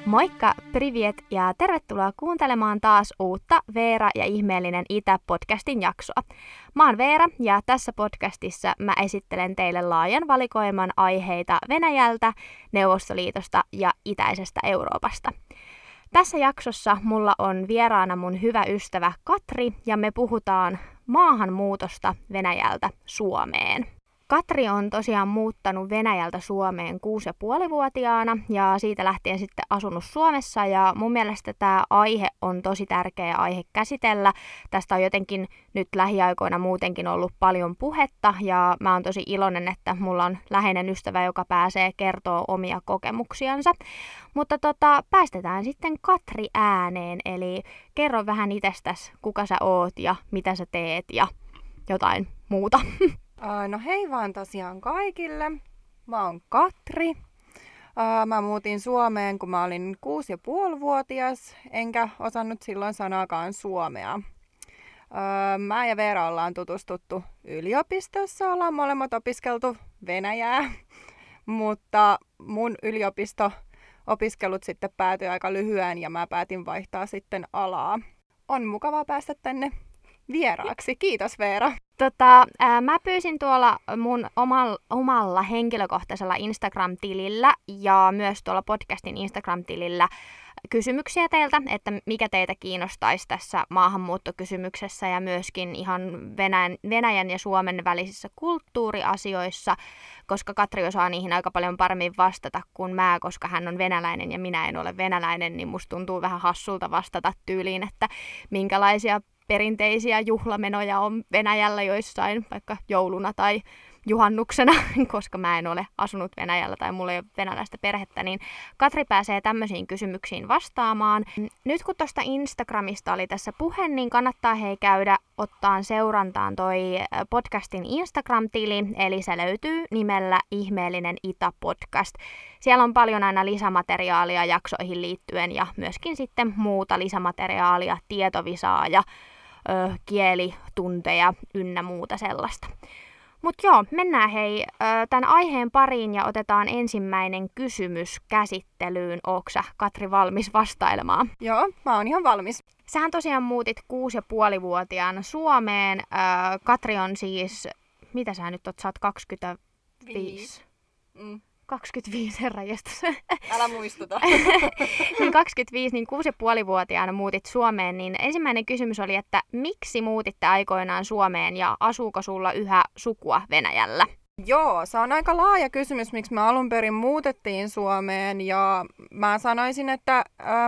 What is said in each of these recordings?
Moikka, privet ja tervetuloa kuuntelemaan taas uutta Veera ja ihmeellinen Itä-podcastin jaksoa. Mä oon Veera ja tässä podcastissa mä esittelen teille laajan valikoiman aiheita Venäjältä, Neuvostoliitosta ja itäisestä Euroopasta. Tässä jaksossa mulla on vieraana mun hyvä ystävä Katri ja me puhutaan maahanmuutosta Venäjältä Suomeen. Katri on tosiaan muuttanut Venäjältä Suomeen 6,5-vuotiaana ja siitä lähtien sitten asunut Suomessa ja mun mielestä tämä aihe on tosi tärkeä aihe käsitellä. Tästä on jotenkin nyt lähiaikoina muutenkin ollut paljon puhetta ja mä oon tosi iloinen, että mulla on läheinen ystävä, joka pääsee kertoa omia kokemuksiansa. Mutta päästetään sitten Katri ääneen, eli kerro vähän itsestäsi, kuka sä oot ja mitä sä teet ja jotain muuta. No hei vaan tosiaan kaikille. Mä oon Katri. Mä muutin Suomeen, kun mä olin 6,5-vuotias, enkä osannut silloin sanaakaan suomea. Mä ja Veera ollaan tutustuttu yliopistossa, ollaan molemmat opiskeltu venäjää, mutta mun yliopisto-opiskelut sitten päätyi aika lyhyen ja mä päätin vaihtaa sitten alaa. On mukavaa päästä tänne vieraaksi. Kiitos Veera. Mä pyysin tuolla mun omalla henkilökohtaisella Instagram-tilillä ja myös tuolla podcastin Instagram-tilillä kysymyksiä teiltä, että mikä teitä kiinnostaisi tässä maahanmuuttokysymyksessä ja myöskin ihan Venäjän ja Suomen välisissä kulttuuriasioissa, koska Katri osaa niihin aika paljon paremmin vastata kuin mä, koska hän on venäläinen ja minä en ole venäläinen, niin musta tuntuu vähän hassulta vastata tyyliin, että minkälaisia perinteisiä juhlamenoja on Venäjällä joissain, vaikka jouluna tai juhannuksena, koska mä en ole asunut Venäjällä tai mulla ei ole venäläistä perhettä, niin Katri pääsee tämmöisiin kysymyksiin vastaamaan. Nyt kun tuosta Instagramista oli tässä puhe, niin kannattaa käydä ottaan seurantaan toi podcastin Instagram-tili, eli se löytyy nimellä Ihmeellinen Itä-podcast. Siellä on paljon aina lisämateriaalia jaksoihin liittyen ja myöskin sitten muuta lisämateriaalia, tietovisaa ja kielitunteja ynnä muuta sellaista. Mutta joo, mennään tämän aiheen pariin ja otetaan ensimmäinen kysymys käsittelyyn. Ootko sä, Katri, valmis vastailemaan? Joo, mä oon ihan valmis. Sähän tosiaan muutit 6,5-vuotiaana Suomeen. Katri on siis, mitä sä nyt oot, sä oot 25? 25, herranjestas. Älä muistuta. 25, niin 6,5-vuotiaana muutit Suomeen, niin ensimmäinen kysymys oli, että miksi muutitte aikoinaan Suomeen ja asuuko sulla yhä sukua Venäjällä? Joo, se on aika laaja kysymys, miksi me alun perin muutettiin Suomeen ja mä sanoisin, että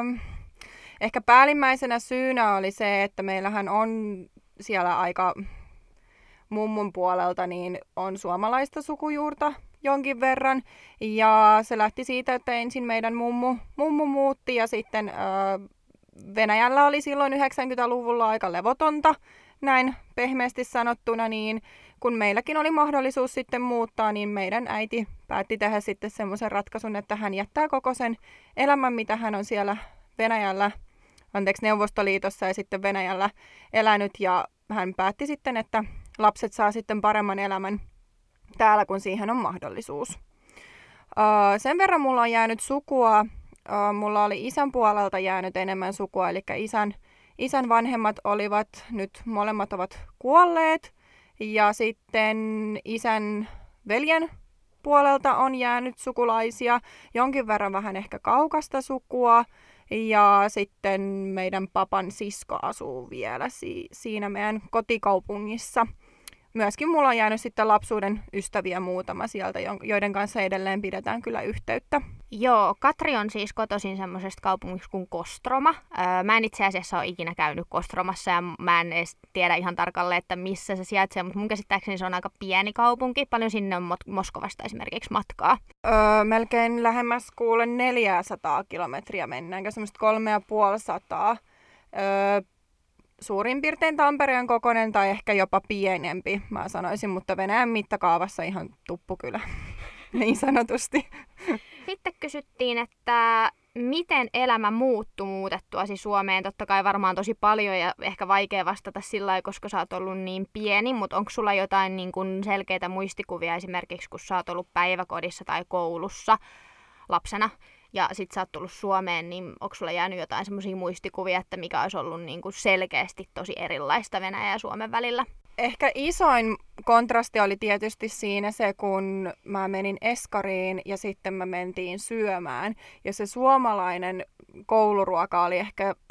ehkä päällimmäisenä syynä oli se, että meillähän on siellä aika mummun puolelta niin on suomalaista sukujuurta jonkin verran. Ja se lähti siitä, että ensin meidän mummu muutti ja sitten Venäjällä oli silloin 90-luvulla aika levotonta, näin pehmeästi sanottuna, niin kun meilläkin oli mahdollisuus sitten muuttaa, niin meidän äiti päätti tehdä sitten semmoisen ratkaisun, että hän jättää koko sen elämän, mitä hän on siellä Neuvostoliitossa ja sitten Venäjällä elänyt ja hän päätti sitten, että lapset saa sitten paremman elämän täällä, kun siihen on mahdollisuus. Sen verran mulla on jäänyt sukua. Mulla oli isän puolelta jäänyt enemmän sukua, eli isän vanhemmat olivat, nyt molemmat ovat kuolleet. Ja sitten isän veljen puolelta on jäänyt sukulaisia, jonkin verran vähän ehkä kaukasta sukua. Ja sitten meidän papan sisko asuu vielä siinä meidän kotikaupungissa. Myöskin mulla on jäänyt sitten lapsuuden ystäviä muutama sieltä, joiden kanssa edelleen pidetään kyllä yhteyttä. Joo, Katri on siis kotoisin semmoisesta kaupungista kuin Kostroma. Mä en itse asiassa ole ikinä käynyt Kostromassa ja mä en edes tiedä ihan tarkalleen, että missä se sijaitsee, mutta mun käsittääkseni se on aika pieni kaupunki. Paljon sinne on Moskovasta esimerkiksi matkaa. Melkein lähemmäs kuulen 400 kilometriä mennäänkö, semmoista 350. Suurin piirtein Tampereen kokoinen tai ehkä jopa pienempi, mä sanoisin, mutta Venäjän mittakaavassa ihan tuppukylä, niin sanotusti. Sitten kysyttiin, että miten elämä muutettuasi Suomeen? Totta kai varmaan tosi paljon ja ehkä vaikea vastata sillä lailla, koska sä oot ollut niin pieni, mutta onko sulla jotain niin kuin selkeitä muistikuvia esimerkiksi, kun sä oot ollut päiväkodissa tai koulussa lapsena? ja sit sä oot tullut Suomeen, niin onko sulla jäänyt jotain semmoisia muistikuvia, että mikä olisi ollut niinku selkeästi tosi erilaista Venäjän ja Suomen välillä? Ehkä isoin kontrasti oli tietysti siinä se, kun mä menin Eskariin ja sitten mä mentiin syömään. Ja se suomalainen kouluruoka oli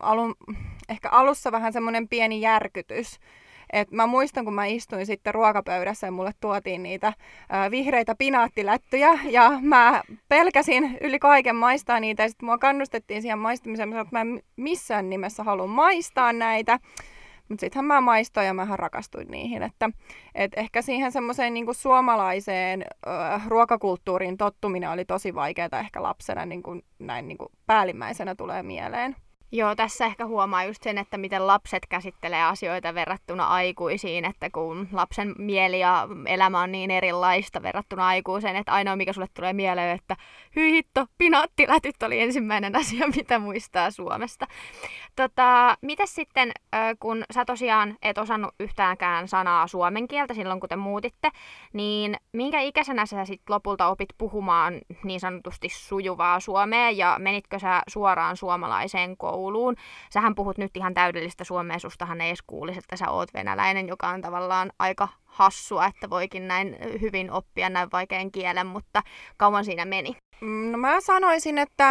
ehkä alussa vähän semmoinen pieni järkytys. Et mä muistan, kun mä istuin sitten ruokapöydässä ja mulle tuotiin niitä vihreitä pinaattilättyjä ja mä pelkäsin yli kaiken maistaa niitä ja sitten mua kannustettiin siihen maistamiseen. Mä sanoin, että mä en missään nimessä halua maistaa näitä. Mutta sittenhän mä maistoin ja mähän rakastuin niihin. Että ehkä siihen semmoiseen niinku suomalaiseen ruokakulttuuriin tottuminen oli tosi vaikeaa ehkä lapsena, näin päällimmäisenä tulee mieleen. Joo, tässä ehkä huomaa just sen, että miten lapset käsittelee asioita verrattuna aikuisiin, että kun lapsen mieli ja elämä on niin erilaista verrattuna aikuiseen, että ainoa mikä sulle tulee mieleen, että hyi hitto, pinaattilätyt oli ensimmäinen asia, mitä muistaa Suomesta. Mitäs sitten, kun sä tosiaan et osannut yhtäänkään sanaa suomen kieltä silloin, kun te muutitte, niin minkä ikäisenä sä sitten lopulta opit puhumaan niin sanotusti sujuvaa suomea ja menitkö sä suoraan suomalaiseen kouluun? Sähän puhut nyt ihan täydellistä suomea, sustahan ei edes kuulisi, että sä oot venäläinen, joka on tavallaan aika hassua, että voikin näin hyvin oppia näin vaikean kielen, mutta kauan siinä meni? No mä sanoisin, että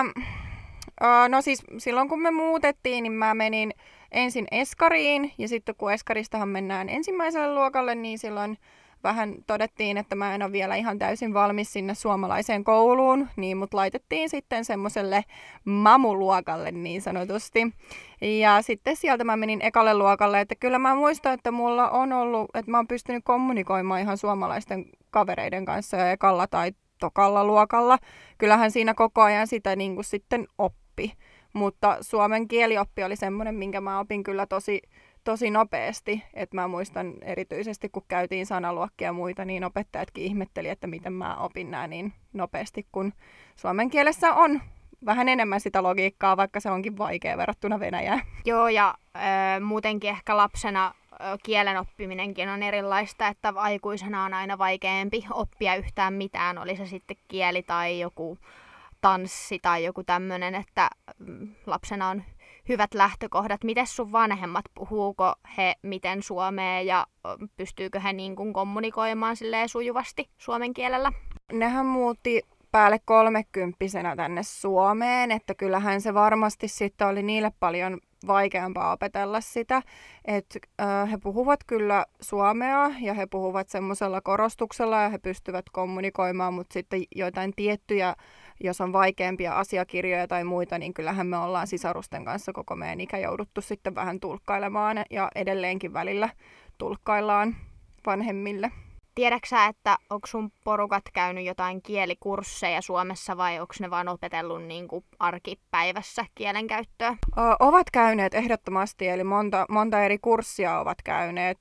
no siis silloin kun me muutettiin, niin mä menin ensin Eskariin ja sitten kun Eskaristahan mennään ensimmäiselle luokalle, niin silloin vähän todettiin, että mä en ole vielä ihan täysin valmis sinne suomalaiseen kouluun, niin mut laitettiin sitten semmoiselle mamuluokalle niin sanotusti. Ja sitten sieltä mä menin ekalle luokalle, että kyllä mä muistan, että mulla on ollut, että mä oon pystynyt kommunikoimaan ihan suomalaisten kavereiden kanssa ja ekalla tai tokalla luokalla. Kyllähän siinä koko ajan sitä niin kuin sitten oppi, mutta suomen kielioppi oli semmoinen, minkä mä opin kyllä tosi nopeasti. Et mä muistan erityisesti, kun käytiin sanaluokkia ja muita, niin opettajatkin ihmetteli, että miten mä opin nämä niin nopeasti, kun suomen kielessä on vähän enemmän sitä logiikkaa, vaikka se onkin vaikea verrattuna venäjään. Joo, ja muutenkin ehkä lapsena kielen oppiminenkin on erilaista, että aikuisena on aina vaikeampi oppia yhtään mitään, oli se sitten kieli tai joku tanssi tai joku tämmöinen, että lapsena on hyvät lähtökohdat. Miten sun vanhemmat, puhuuko he miten suomea ja pystyykö he niin kuin kommunikoimaan silleen sujuvasti suomen kielellä? Nehän muutti päälle 30-vuotiaana tänne Suomeen, että kyllähän se varmasti sitten oli niille paljon vaikeampaa opetella sitä, että he puhuvat kyllä suomea ja he puhuvat semmoisella korostuksella ja he pystyvät kommunikoimaan, mutta sitten joitain tiettyjä, jos on vaikeampia asiakirjoja tai muita, niin kyllähän me ollaan sisarusten kanssa koko meidän ikä jouduttu sitten vähän tulkkailemaan ja edelleenkin välillä tulkkaillaan vanhemmille. Tiedätkö sä, että onko sun porukat käynyt jotain kielikursseja Suomessa vai onko ne vaan opetellut niin kuin arkipäivässä kielenkäyttöä? Ovat käyneet ehdottomasti, eli monta eri kurssia ovat käyneet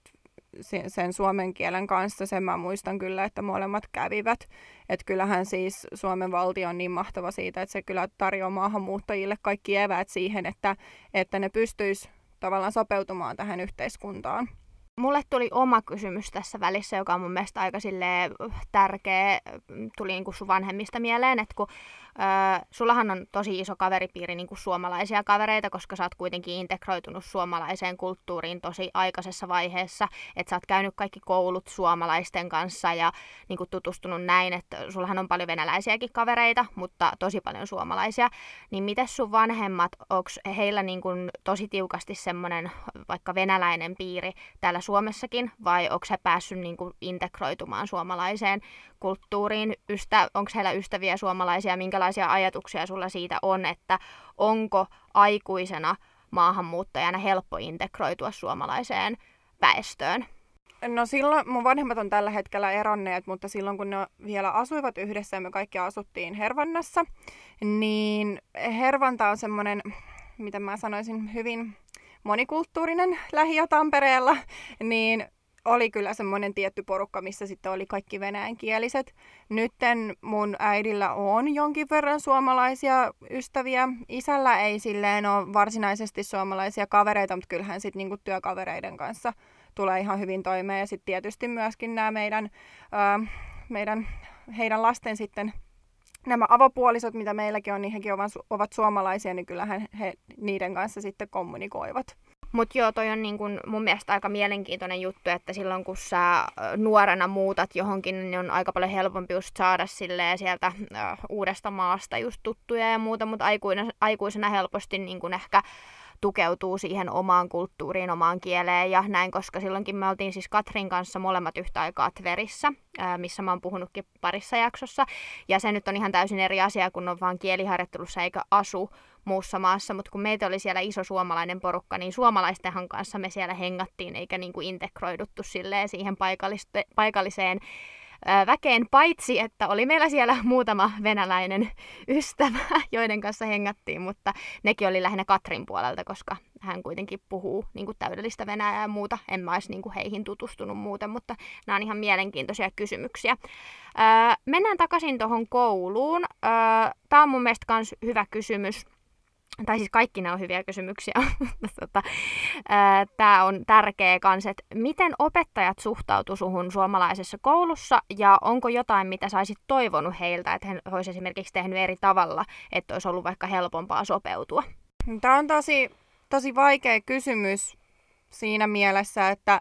sen suomen kielen kanssa. Sen mä muistan kyllä, että molemmat kävivät. Että kyllähän siis Suomen valtio on niin mahtava siitä, että se kyllä tarjoaa maahanmuuttajille kaikki eväät siihen, että ne pystyis tavallaan sopeutumaan tähän yhteiskuntaan. Mulle tuli oma kysymys tässä välissä, joka on mun mielestä aika tärkeä, tuli niin kuin sun vanhemmista mieleen, että kun sullahan on tosi iso kaveripiiri niin kuin suomalaisia kavereita, koska sä oot kuitenkin integroitunut suomalaiseen kulttuuriin tosi aikaisessa vaiheessa, että sä oot käynyt kaikki koulut suomalaisten kanssa ja niin kuin tutustunut näin, että sullahan on paljon venäläisiäkin kavereita, mutta tosi paljon suomalaisia, niin miten sun vanhemmat, onko heillä niin kuin tosi tiukasti semmoinen vaikka venäläinen piiri täällä Suomessakin, vai onko he päässyt niin kuin integroitumaan suomalaiseen kulttuuriin? Onko heillä ystäviä suomalaisia? Minkälaisia ajatuksia sulla siitä on, että onko aikuisena maahanmuuttajana helppo integroitua suomalaiseen väestöön? No silloin, mun vanhemmat on tällä hetkellä eronneet, mutta silloin kun ne vielä asuivat yhdessä ja me kaikki asuttiin Hervannassa, niin Hervanta on semmoinen, miten mä sanoisin, hyvin monikulttuurinen lähiö Tampereella, niin oli kyllä semmoinen tietty porukka, missä sitten oli kaikki venäjänkieliset. Nytten mun äidillä on jonkin verran suomalaisia ystäviä. Isällä ei silleen ole varsinaisesti suomalaisia kavereita, mutta kyllähän sitten niinku työkavereiden kanssa tulee ihan hyvin toimeen. Ja sitten tietysti myöskin nämä heidän lasten sitten nämä avopuolisot, mitä meilläkin on, niin hekin ovat suomalaisia, niin kyllähän he niiden kanssa sitten kommunikoivat. Mutta joo, toi on niin kun mun mielestä aika mielenkiintoinen juttu, että silloin kun sä nuorena muutat johonkin, niin on aika paljon helpompi just saada sieltä uudesta maasta just tuttuja ja muuta, mutta aikuisena helposti niin kun ehkä tukeutuu siihen omaan kulttuuriin, omaan kieleen ja näin, koska silloinkin me oltiin siis Katrin kanssa molemmat yhtä aikaa Tverissä, missä mä oon puhunutkin parissa jaksossa. Ja se nyt on ihan täysin eri asia, kun on vaan kieliharjoittelussa eikä asu muussa maassa, mutta kun meitä oli siellä iso suomalainen porukka, niin suomalaistenhan kanssa me siellä hengattiin, eikä niin kuin integroiduttu silleen siihen paikalliseen väkeen, paitsi että oli meillä siellä muutama venäläinen ystävä, joiden kanssa hengattiin, mutta nekin oli lähinnä Katrin puolelta, koska hän kuitenkin puhuu niin kuin täydellistä venäjää ja muuta. En mä olisi niin kuin heihin tutustunut muuten, mutta nämä on ihan mielenkiintoisia kysymyksiä. Mennään takaisin tuohon kouluun. Tämä on mun mielestä myös hyvä kysymys. Tai siis kaikki nämä on hyviä kysymyksiä. Tämä on tärkeä kans, että miten opettajat suhtautu suhun suomalaisessa koulussa ja onko jotain, mitä sä olisit toivonut heiltä, että he olisi esimerkiksi tehnyt eri tavalla, että olisi ollut vaikka helpompaa sopeutua? Tämä on tosi vaikea kysymys siinä mielessä, että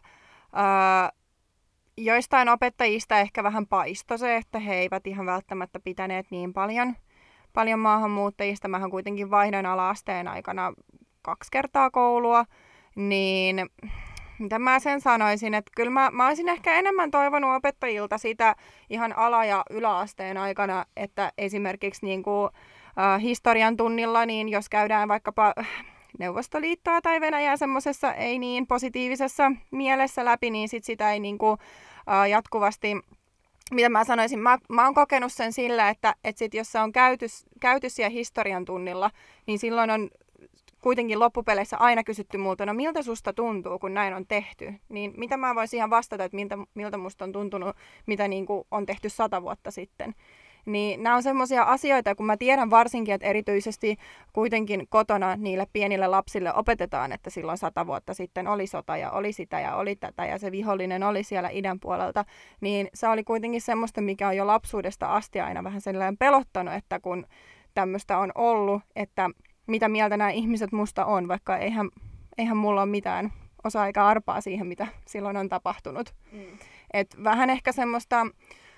joistain opettajista ehkä vähän paistoi se, että he eivät ihan välttämättä pitäneet niin paljon maahanmuuttajista. Mähän kuitenkin vaihdoin ala-asteen aikana 2 kertaa koulua, niin mitä mä sen sanoisin, että kyllä mä olisin ehkä enemmän toivonut opettajilta sitä ihan ala- ja yläasteen aikana, että esimerkiksi niin kuin, historian tunnilla, niin jos käydään vaikkapa Neuvostoliittoa tai Venäjää semmoisessa ei niin positiivisessa mielessä läpi, niin sitä ei niin kuin, jatkuvasti, mitä mä sanoisin, mä oon kokenut sen sillä, että sit jos se on käyty siellä historian tunnilla, niin silloin on kuitenkin loppupeleissä aina kysytty multa, no miltä susta tuntuu, kun näin on tehty. Niin mitä mä voisin ihan vastata, että miltä musta on tuntunut, mitä niin kuin on tehty 100 vuotta sitten. Niin nämä on semmoisia asioita, kun mä tiedän varsinkin, että erityisesti kuitenkin kotona niille pienille lapsille opetetaan, että silloin 100 vuotta sitten oli sota ja oli sitä ja oli tätä ja se vihollinen oli siellä idän puolelta, niin se oli kuitenkin semmoista, mikä on jo lapsuudesta asti aina vähän sellainen pelottanut, että kun tämmöistä on ollut, että mitä mieltä nämä ihmiset musta on, vaikka eihän mulla ole mitään osaa eikä arpaa siihen, mitä silloin on tapahtunut. Et vähän ehkä semmoista,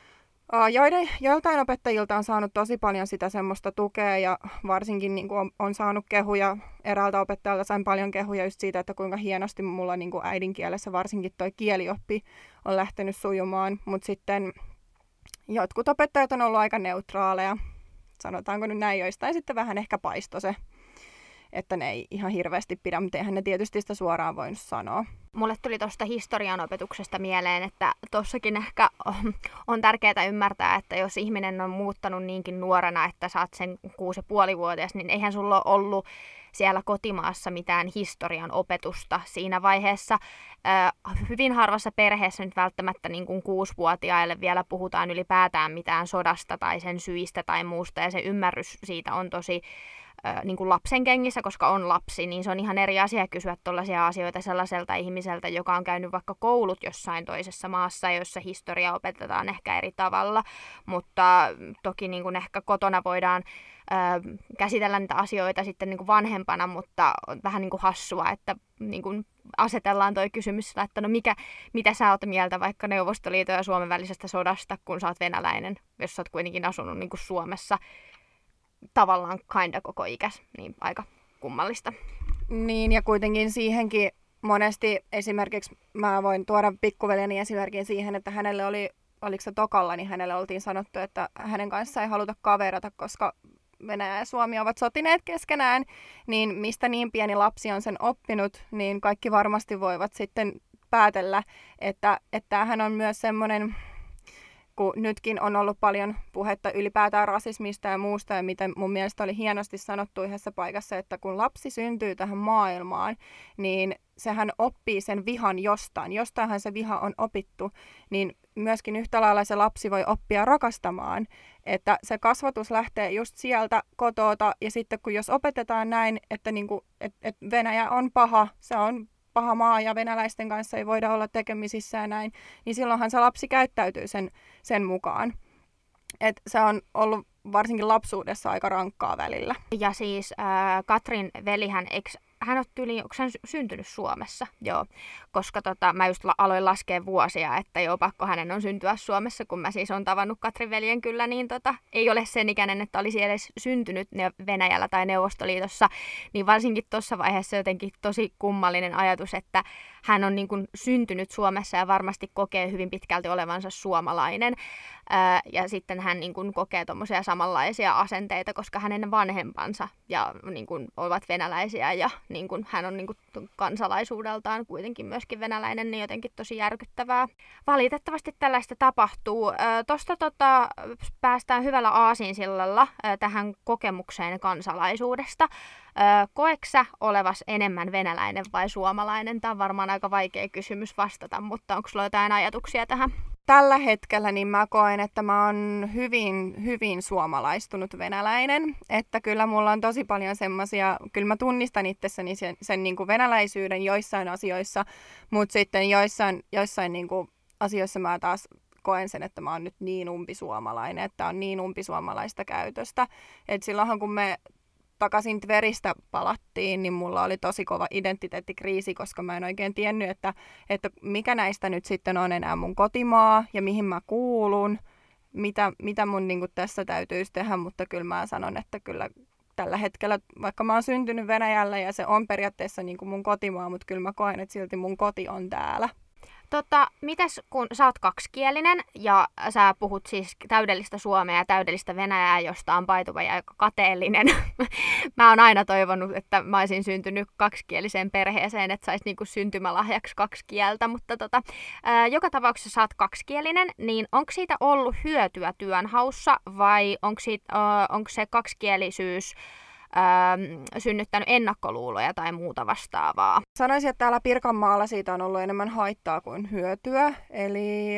joiltain opettajilta on saanut tosi paljon sitä semmoista tukea ja varsinkin niin kuin on saanut kehuja, eräältä opettajalta sain paljon kehuja just siitä, että kuinka hienosti mulla niin kuin äidinkielessä varsinkin toi kielioppi on lähtenyt sujumaan, mutta sitten jotkut opettajat on ollut aika neutraaleja, sanotaanko nyt näin, joistain sitten vähän ehkä paisto se, että ne ei ihan hirveästi pidä, mutta eihän ne tietysti sitä suoraan voinut sanoa. Mulle tuli tuosta historian opetuksesta mieleen, että tossakin ehkä on tärkeää ymmärtää, että jos ihminen on muuttanut niinkin nuorena, että sä oot sen 6,5-vuotias, niin eihän sulla ole ollut siellä kotimaassa mitään historian opetusta siinä vaiheessa. Hyvin harvassa perheessä nyt välttämättä niin kuin 6-vuotiaille vielä puhutaan ylipäätään mitään sodasta tai sen syistä tai muusta, ja se ymmärrys siitä on tosi niin kuin lapsen kengissä, koska on lapsi, niin se on ihan eri asia kysyä tuollaisia asioita sellaiselta ihmiseltä, joka on käynyt vaikka koulut jossain toisessa maassa, jossa historia opetetaan ehkä eri tavalla, mutta toki niin kuin ehkä kotona voidaan käsitellä niitä asioita sitten niin kuin vanhempana, mutta on vähän niin kuin hassua, että niin kuin asetellaan toi kysymys, että no mitä sä oot mieltä vaikka Neuvostoliiton ja Suomen välisestä sodasta, kun sä oot venäläinen, jos sä oot kuitenkin asunut niin kuin Suomessa tavallaan kinda koko ikäs, niin aika kummallista. Niin, ja kuitenkin siihenkin monesti esimerkiksi mä voin tuoda pikkuveljeni esimerkin siihen, että hänelle oliko se tokalla, niin hänelle oltiin sanottu, että hänen kanssaan ei haluta kaverata, koska Venäjä ja Suomi ovat sotineet keskenään, niin mistä niin pieni lapsi on sen oppinut, niin kaikki varmasti voivat sitten päätellä, että tämähän on myös semmoinen, kun nytkin on ollut paljon puhetta ylipäätään rasismista ja muusta, ja miten mun mielestä oli hienosti sanottu yhdessä paikassa, että kun lapsi syntyy tähän maailmaan, niin sehän oppii sen vihan jostain. Jostainhan se viha on opittu, niin myöskin yhtä lailla se lapsi voi oppia rakastamaan. Että se kasvatus lähtee just sieltä kotoota, ja sitten kun jos opetetaan näin, että niinku, et Venäjä on paha, se on paha maa ja venäläisten kanssa ei voida olla tekemisissä ja näin, niin silloinhan se lapsi käyttäytyy sen mukaan. Et se on ollut varsinkin lapsuudessa aika rankkaa välillä. Ja siis Katrin velihän, hän on onko hän syntynyt Suomessa? Joo, koska mä just aloin laskea vuosia, että joo, pakko hänen on syntyä Suomessa, kun mä siis on tavannut Katrin veljen kyllä, niin ei ole sen ikäinen, että olisi edes syntynyt Venäjällä tai Neuvostoliitossa, niin varsinkin tuossa vaiheessa jotenkin tosi kummallinen ajatus, että hän on niin kuin syntynyt Suomessa ja varmasti kokee hyvin pitkälti olevansa suomalainen. Ja sitten hän niin kuin kokee tommosia samanlaisia asenteita, koska hänen vanhempansa ja, niin kuin, ovat venäläisiä ja niin kuin, hän on niin kuin, kansalaisuudeltaan kuitenkin myöskin venäläinen, niin jotenkin tosi järkyttävää. Valitettavasti tällaista tapahtuu. Tuosta päästään hyvällä aasinsillalla tähän kokemukseen kansalaisuudesta. Koeksä olevas enemmän venäläinen vai suomalainen? Tämä on varmaan aika vaikea kysymys vastata, mutta onko sulla jotain ajatuksia tähän? Tällä hetkellä niin mä koen, että mä oon hyvin suomalaistunut venäläinen. Että kyllä mulla on tosi paljon semmoisia, kyllä mä tunnistan itsessäni sen niin kuin venäläisyyden joissain asioissa, mutta sitten joissain niin kuin asioissa mä taas koen sen, että mä oon nyt niin umpisuomalainen, että on niin umpisuomalaista käytöstä. Että silloinhan kun me takaisin Tveristä palattiin, niin mulla oli tosi kova identiteettikriisi, koska mä en oikein tiennyt, että mikä näistä nyt sitten on enää mun kotimaa ja mihin mä kuulun, mitä mun niin kuin tässä täytyisi tehdä, mutta kyllä mä sanon, että kyllä tällä hetkellä, vaikka mä oon syntynyt Venäjällä ja se on periaatteessa niin kuin mun kotimaa, mutta kyllä mä koen, että silti mun koti on täällä. Mitäs kun sä oot kaksikielinen ja sä puhut siis täydellistä suomea ja täydellistä venäjää, josta on paituva ja aika kateellinen. Mä oon aina toivonut, että mä olisin syntynyt kaksikieliseen perheeseen, että sais niinku syntymälähjaksi kaksi kieltä, mutta joka tapauksessa sä oot kaksikielinen, niin onko siitä ollut hyötyä työnhaussa vai onko se kaksikielisyys synnyttänyt ennakkoluuloja tai muuta vastaavaa? Sanoisin, että täällä Pirkanmaalla siitä on ollut enemmän haittaa kuin hyötyä. Eli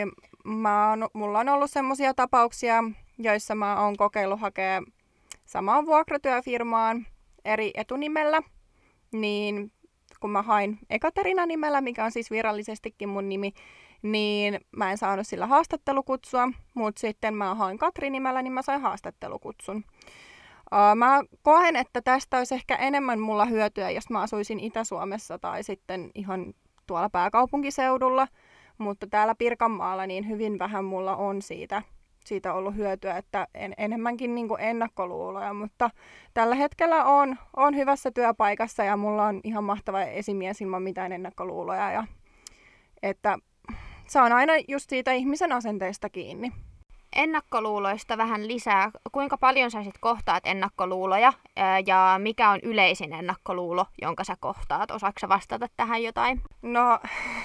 mulla on ollut semmoisia tapauksia, joissa mä oon kokeillut hakea samaan vuokratyöfirmaan eri etunimellä. Niin kun mä hain Ekaterina-nimellä, mikä on siis virallisestikin mun nimi, niin mä en saanut sillä haastattelukutsua. Mutta sitten mä hain Katri-nimellä, niin mä sain haastattelukutsun. Mä koen, että tästä olisi ehkä enemmän mulla hyötyä, jos mä asuisin Itä-Suomessa tai sitten ihan tuolla pääkaupunkiseudulla, mutta täällä Pirkanmaalla niin hyvin vähän mulla on siitä ollut hyötyä, että enemmänkin niin kuin ennakkoluuloja, mutta tällä hetkellä on hyvässä työpaikassa ja mulla on ihan mahtava esimies ilman mitään ennakkoluuloja, ja että se on aina just siitä ihmisen asenteesta kiinni. Ennakkoluuloista vähän lisää. Kuinka paljon sä sit kohtaat ennakkoluuloja ja mikä on yleisin ennakkoluulo, jonka sä kohtaat? Osaatko sä vastata tähän jotain? No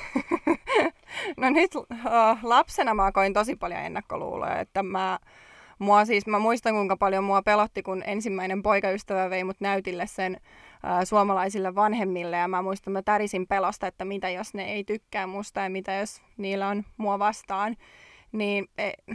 nyt lapsena mä koin tosi paljon ennakkoluuloja, että mä muistan kuinka paljon mua pelotti, kun ensimmäinen poikaystävä vei mut näytille sen suomalaisille vanhemmille, ja mä muistan, mä tärisin pelosta, että mitä jos ne ei tykkää musta ja mitä jos niillä on mua vastaan. Niin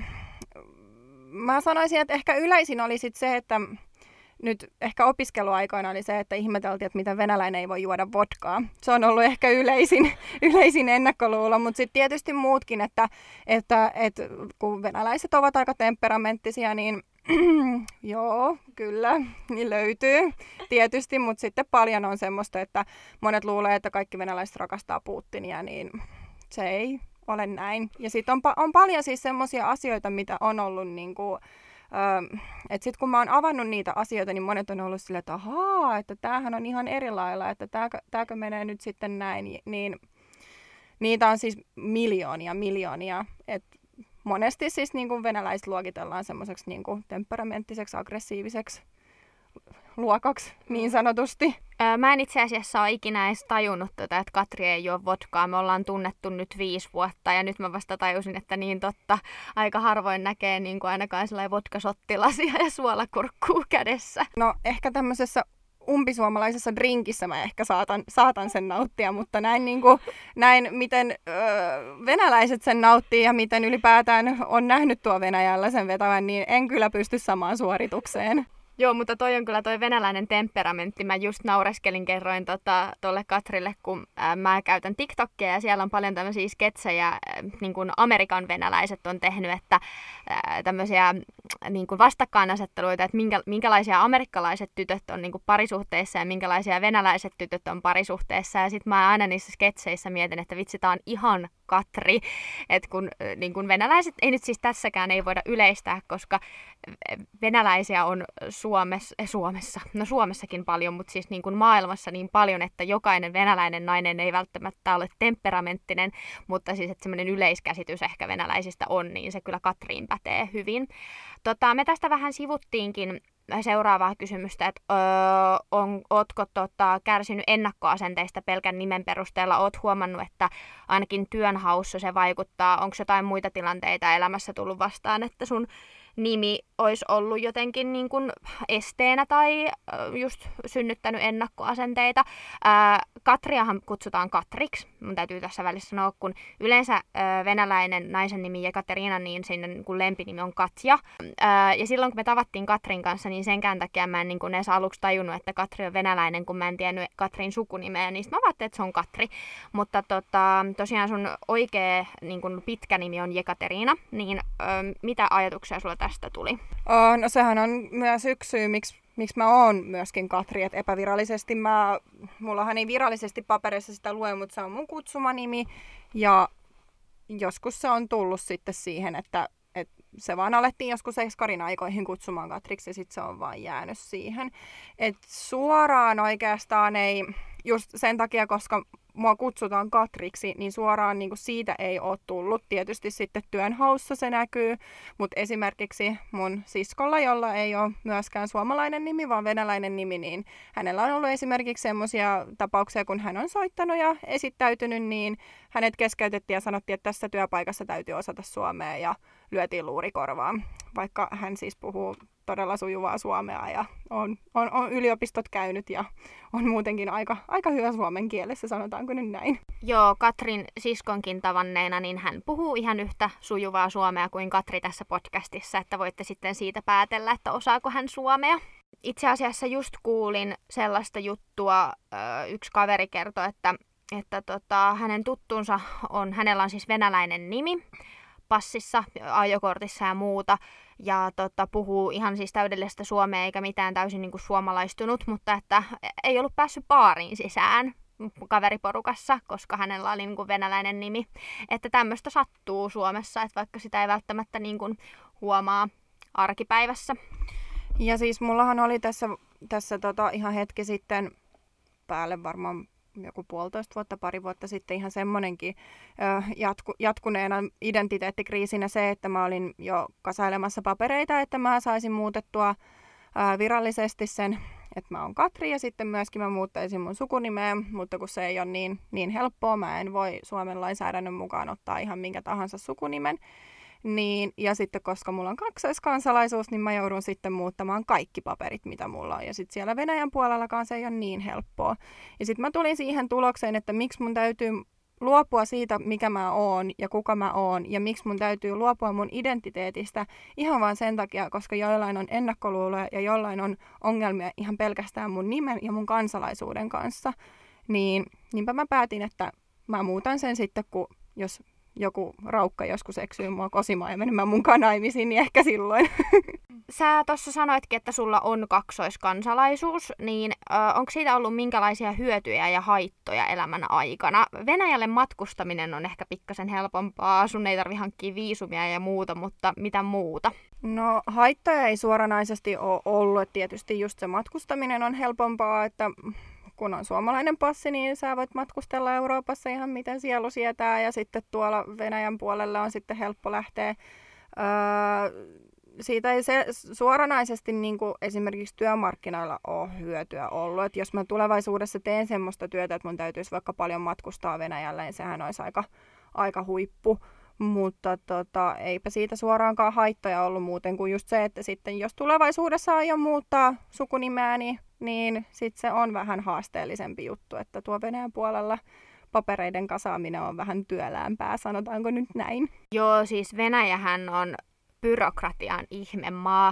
mä sanoisin, että ehkä yleisin oli sit se, että nyt ehkä opiskeluaikoina oli se, että ihmeteltiin, että miten venäläinen ei voi juoda vodkaa. Se on ollut ehkä yleisin ennakkoluulo, mutta sitten tietysti muutkin, että kun venäläiset ovat aika temperamenttisia, niin joo, kyllä, niin löytyy tietysti, mutta sitten paljon on semmoista, että monet luulee, että kaikki venäläiset rakastaa Putinia, niin se ei ole näin. Ja sitten on paljon siis semmoisia asioita, mitä on ollut niinku, että sitten kun mä oon avannut niitä asioita, niin monet on ollut silleen, että ahaa, että tämähän on ihan eri lailla, että tääkö menee nyt sitten näin. Niin niitä on siis miljoonia. Et monesti siis niinku venäläiset luokitellaan semmoiseksi niinku temperamenttiseksi, aggressiiviseksi luokaksi, niin sanotusti. Mä en itse asiassa ole ikinä edes tajunnut että Katri ei juo vodkaa. Me ollaan tunnettu nyt 5 vuotta ja nyt mä vasta tajusin, että niin totta. Aika harvoin näkee niin kuin ainakaan sellainen vodkashottilasia ja suolakurkkuu kädessä. No ehkä tämmöisessä umpisuomalaisessa drinkissä mä ehkä saatan sen nauttia, mutta näin miten venäläiset sen nauttii ja miten ylipäätään on nähnyt tuo Venäjällä sen vetävän, niin en kyllä pysty samaan suoritukseen. Joo, mutta toi on kyllä toi venäläinen temperamentti. Mä just naureskelin, kerroin tolle Katrille, kun mä käytän TikTokia ja siellä on paljon tämmöisiä sketsejä, niin kuin Amerikan venäläiset on tehnyt, että tämmöisiä niin kuin vastakkainasetteluita, että minkälaisia amerikkalaiset tytöt on niin kuin parisuhteissa ja minkälaisia venäläiset tytöt on parisuhteessa. Ja sit mä aina niissä sketseissä mietin, että vitsi, tää on ihan Katri. Että kun niin kuin venäläiset, ei nyt siis tässäkään ei voida yleistää, koska venäläisiä on Suomessakin paljon, mutta siis niin kuin maailmassa niin paljon, että jokainen venäläinen nainen ei välttämättä ole temperamenttinen, mutta siis että semmoinen yleiskäsitys ehkä venäläisistä on, niin se kyllä Katriin pätee hyvin. Me tästä vähän sivuttiinkin seuraavaa kysymystä, että ootko kärsinyt ennakkoasenteista pelkän nimen perusteella? Oot huomannut, että ainakin työnhaussa se vaikuttaa. Onko jotain muita tilanteita elämässä tullut vastaan, että sun nimi olisi ollut jotenkin niin kuin esteenä tai just synnyttänyt ennakkoasenteita. Katriahan kutsutaan Katriksi. Mun täytyy tässä välissä sanoa, kun yleensä venäläinen naisen nimi Jekaterina, niin sinne niin kuin lempinimi on Katja. Ja silloin kun me tavattiin Katrin kanssa, niin senkään takia mä en niin kuin edes aluksi tajunnut, että Katri on venäläinen, kun mä en tiennyt Katrin sukunimeä. Niin mä ajattelin, että se on Katri. Mutta tosiaan sun oikea niin kuin pitkä nimi on Jekaterina. Niin mitä ajatuksia sulla tästä tuli? No sehän on myös yksi syy, miksi mä oon myöskin Katri, että epävirallisesti mullahan ei virallisesti paperissa sitä lue, mutta se on mun kutsumanimi ja joskus se on tullut sitten siihen, että se vaan alettiin joskus eskarin aikoihin kutsumaan Katriksi ja sitten se on vaan jäänyt siihen. Et suoraan oikeastaan ei, just sen takia, koska mua kutsutaan Katriksi, niin suoraan niin kuin siitä ei ole tullut. Tietysti sitten työnhaussa se näkyy, mutta esimerkiksi mun siskolla, jolla ei ole myöskään suomalainen nimi, vaan venäläinen nimi, niin hänellä on ollut esimerkiksi semmoisia tapauksia, kun hän on soittanut ja esittäytynyt, niin hänet keskeytettiin ja sanottiin, että tässä työpaikassa täytyy osata suomea ja lyötiin luurikorvaan, vaikka hän siis puhuu todella sujuvaa suomea ja on yliopistot käynyt ja on muutenkin aika hyvä suomen kielessä, sanotaanko nyt näin. Joo, Katrin siskonkin tavanneena, niin hän puhuu ihan yhtä sujuvaa suomea kuin Katri tässä podcastissa, että voitte sitten siitä päätellä, että osaako hän suomea. Itse asiassa just kuulin sellaista juttua, yksi kaveri kertoi, että hänen tuttunsa hänellä on siis venäläinen nimi passissa, ajokortissa ja muuta, ja puhuu ihan siis täydellistä suomea eikä mitään täysin niin kuin suomalaistunut, mutta että ei ollut päässyt baariin sisään kaveriporukassa, koska hänellä oli niin kuin venäläinen nimi. Että tämmöistä sattuu Suomessa, että vaikka sitä ei välttämättä niin kuin huomaa arkipäivässä. Ja siis mullahan oli tässä ihan hetki sitten päälle varmaan joku 1,5 vuotta, pari vuotta sitten ihan semmoinenkin jatkuneena identiteettikriisinä se, että mä olin jo kasailemassa papereita, että mä saisin muutettua virallisesti sen, että mä oon Katri ja sitten myöskin mä muuttaisin mun sukunimeä, mutta kun se ei ole niin helppoa, mä en voi Suomen lainsäädännön mukaan ottaa ihan minkä tahansa sukunimen. Niin, ja sitten koska mulla on kaksoiskansalaisuus, niin mä joudun sitten muuttamaan kaikki paperit, mitä mulla on. Ja sitten siellä Venäjän puolellakaan se ei ole niin helppoa. Ja sitten mä tulin siihen tulokseen, että miksi mun täytyy luopua siitä, mikä mä oon ja kuka mä oon. Ja miksi mun täytyy luopua mun identiteetistä ihan vaan sen takia, koska joillain on ennakkoluuloja ja jollain on ongelmia ihan pelkästään mun nimen ja mun kansalaisuuden kanssa. Niinpä mä päätin, että mä muutan sen sitten, jos joku raukka joskus eksyy mua kosimaan ja menemään munkaan naimisiin, niin ehkä silloin. Sä tuossa sanoitkin, että sulla on kaksoiskansalaisuus, niin onko siitä ollut minkälaisia hyötyjä ja haittoja elämän aikana? Venäjälle matkustaminen on ehkä pikkasen helpompaa, sun ei tarvi hankkia viisumia ja muuta, mutta mitä muuta? No haittoja ei suoranaisesti ole ollut, että tietysti just se matkustaminen on helpompaa, että kun on suomalainen passi, niin sä voit matkustella Euroopassa ihan miten sielu sietää ja sitten tuolla Venäjän puolella on sitten helppo lähteä. Siitä ei se suoranaisesti niin kuin esimerkiksi työmarkkinoilla ole hyötyä ollut. Et jos mä tulevaisuudessa teen semmoista työtä, että mun täytyisi vaikka paljon matkustaa Venäjälle, niin sehän olisi aika huippu. Mutta eipä siitä suoraankaan haittoja ollut muuten kuin just se, että sitten jos tulevaisuudessa aion muuttaa sukunimeäni, niin sitten se on vähän haasteellisempi juttu, että tuo Venäjän puolella papereiden kasaaminen on vähän työläämpää, sanotaanko nyt näin? Joo, siis Venäjähän on byrokratian ihmemaa.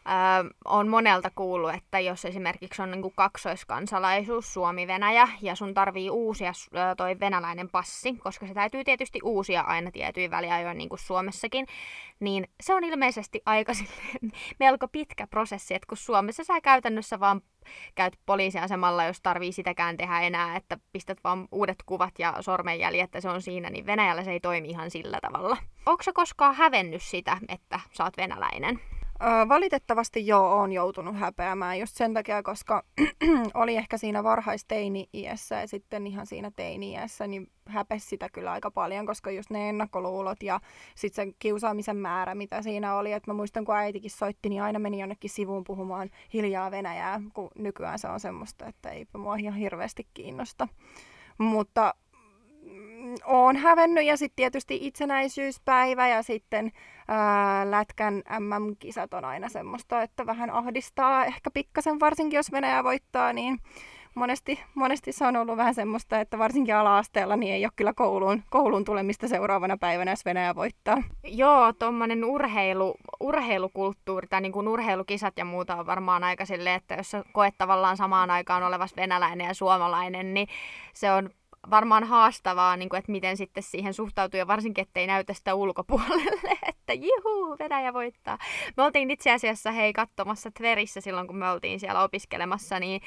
on monelta kuullut, että jos esimerkiksi on niinku kaksoiskansalaisuus Suomi-Venäjä ja sun tarvii uusia toi venäläinen passi, koska se täytyy tietysti uusia aina tietyin väliajoin niin kuin Suomessakin, niin se on ilmeisesti aika melko pitkä prosessi, että kun Suomessa sä käytännössä vaan käyt poliisiasemalla, jos tarvii sitäkään tehdä enää, että pistät vaan uudet kuvat ja sormenjäljet, että se on siinä, niin Venäjällä se ei toimi ihan sillä tavalla. Onko sä koskaan hävennyt sitä, että sä oot venäläinen? Valitettavasti joo, oon joutunut häpeämään just sen takia, koska oli ehkä siinä varhaisteini-iässä ja sitten ihan siinä teini-iässä, niin häpesi sitä kyllä aika paljon, koska just ne ennakkoluulot ja sitten se kiusaamisen määrä, mitä siinä oli. Et mä muistan, kun äitikin soitti, niin aina meni jonnekin sivuun puhumaan hiljaa venäjää, kun nykyään se on semmoista, että eipä mua ihan hirveästi kiinnosta. Mutta oon hävennyt ja sitten tietysti itsenäisyyspäivä ja sitten lätkän MM-kisat on aina semmoista, että vähän ahdistaa ehkä pikkasen, varsinkin jos Venäjä voittaa, niin monesti se on ollut vähän semmoista, että varsinkin ala-asteella niin ei ole kyllä kouluun tulemista seuraavana päivänä, jos Venäjä voittaa. Joo, tuommoinen urheilukulttuuri tai niin kuin urheilukisat ja muuta on varmaan aika silleen, että jos sä koet tavallaan samaan aikaan olevas venäläinen ja suomalainen, niin se on varmaan haastavaa, niin kuin, että miten sitten siihen suhtautuu, ja varsinkin, ettei näytä sitä ulkopuolelle, että juhuu, Venäjä voittaa. Me oltiin itse asiassa katsomassa Tverissä silloin, kun me oltiin siellä opiskelemassa, niin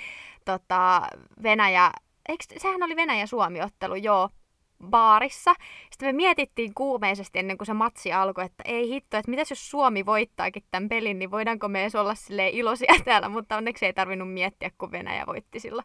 sehän oli Venäjä-Suomi-ottelu, joo, baarissa. Sitten me mietittiin kuumeisesti ennen kuin se matsi alkoi, että ei hitto, että mitäs jos Suomi voittaakin tämän pelin, niin voidaanko me edes olla silleen iloisia täällä, mutta onneksi ei tarvinnut miettiä, kun Venäjä voitti silloin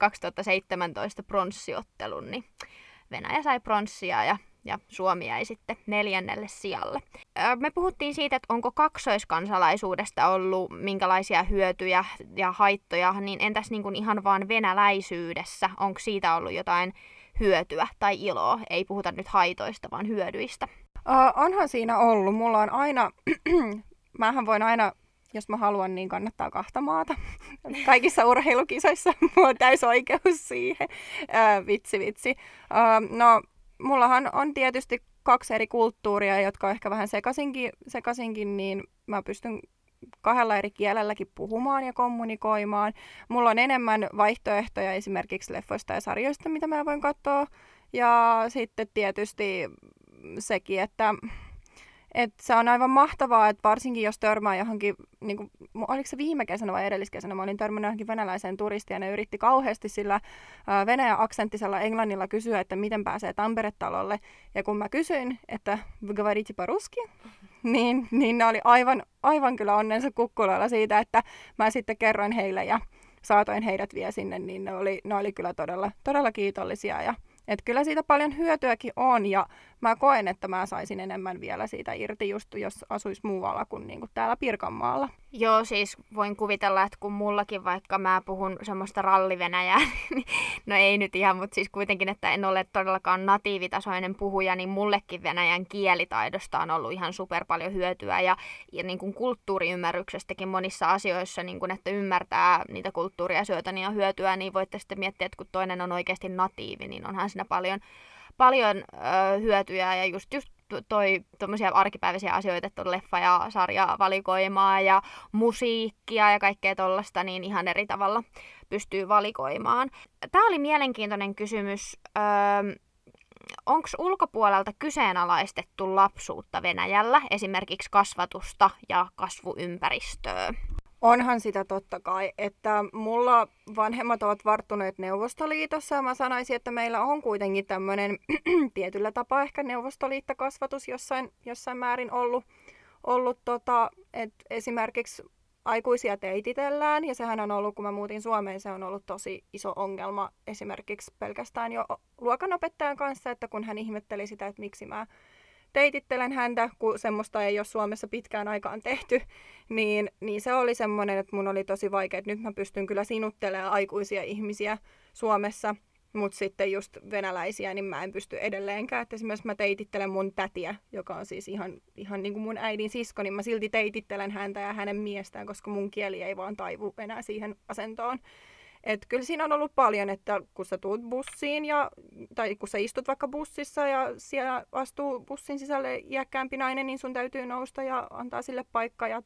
2017 pronssiottelun, niin Venäjä sai pronssia ja Suomi jäi sitten 4. sijalle. Me puhuttiin siitä, että onko kaksoiskansalaisuudesta ollut minkälaisia hyötyjä ja haittoja, niin entäs niin kuin ihan vaan venäläisyydessä, onko siitä ollut jotain hyötyä tai iloa? Ei puhuta nyt haitoista, vaan hyödyistä. Onhan siinä ollut. Mulla on aina, mähän voin aina, jos mä haluan, niin kannattaa 2 maata. Kaikissa urheilukisoissa mulla on täys oikeus siihen. Vitsi. No, mullahan on tietysti 2 eri kulttuuria, jotka on ehkä vähän sekaisinkin, niin mä pystyn 2 eri kielelläkin puhumaan ja kommunikoimaan. Mulla on enemmän vaihtoehtoja esimerkiksi leffoista ja sarjoista, mitä mä voin katsoa. Ja sitten tietysti sekin, että se on aivan mahtavaa, että varsinkin jos törmää johonkin, niin kuin, oliko se viime kesänä vai edelliskesänä, mä olin törmännyt johonkin venäläiseen turistiin ja ne yritti kauheasti sillä venäjän aksenttisella englannilla kysyä, että miten pääsee Tampere-talolle. Ja kun mä kysyin, että говорите по-русски, niin ne oli aivan kyllä onnensa kukkuloilla siitä, että mä sitten kerroin heille ja saatoin heidät vielä sinne, niin ne oli kyllä todella kiitollisia. Ja että kyllä siitä paljon hyötyäkin on ja mä koen, että mä saisin enemmän vielä siitä irti just jos asuisi muualla kuin niinku täällä Pirkanmaalla. Joo, siis voin kuvitella, että kun mullakin vaikka mä puhun semmoista rallivenäjää, niin no ei nyt ihan, mutta siis kuitenkin, että en ole todellakaan natiivitasoinen puhuja, niin mullekin venäjän kielitaidosta on ollut ihan super paljon hyötyä ja niin kuin kulttuuriymmärryksestäkin monissa asioissa, niin kuin, että ymmärtää niitä kulttuuriasioita, niin on hyötyä, niin voitte sitten miettiä, että kun toinen on oikeasti natiivi, niin onhan siinä paljon hyötyjä ja just tommosia arkipäiväisiä asioita, että on leffa- ja sarjavalikoimaa ja musiikkia ja kaikkea tollasta, niin ihan eri tavalla pystyy valikoimaan. Tämä oli mielenkiintoinen kysymys. Onko ulkopuolelta kyseenalaistettu lapsuutta Venäjällä, esimerkiksi kasvatusta ja kasvuympäristöä? Onhan sitä totta kai, että mulla vanhemmat ovat varttuneet Neuvostoliitossa ja mä sanoisin, että meillä on kuitenkin tämmöinen tietyllä tapaa ehkä neuvostoliittokasvatus jossain määrin ollut että esimerkiksi aikuisia teititellään ja sehän on ollut, kun mä muutin Suomeen, se on ollut tosi iso ongelma esimerkiksi pelkästään jo luokanopettajan kanssa, että kun hän ihmetteli sitä, että miksi mä teitittelen häntä, kun semmoista ei ole Suomessa pitkään aikaan tehty, niin se oli semmoinen, että mun oli tosi vaikea, että nyt mä pystyn kyllä sinuttelemaan aikuisia ihmisiä Suomessa, mutta sitten just venäläisiä, niin mä en pysty edelleenkään. Että esimerkiksi mä teitittelen mun tätiä, joka on siis ihan niin kuin mun äidin sisko, niin mä silti teitittelen häntä ja hänen miestään, koska mun kieli ei vaan taivu enää siihen asentoon. Et kyllä siinä on ollut paljon, että kun sä tuut bussiin tai kun sä istut vaikka bussissa ja siellä astuu bussin sisälle iäkkäämpi nainen, niin sun täytyy nousta ja antaa sille paikka ja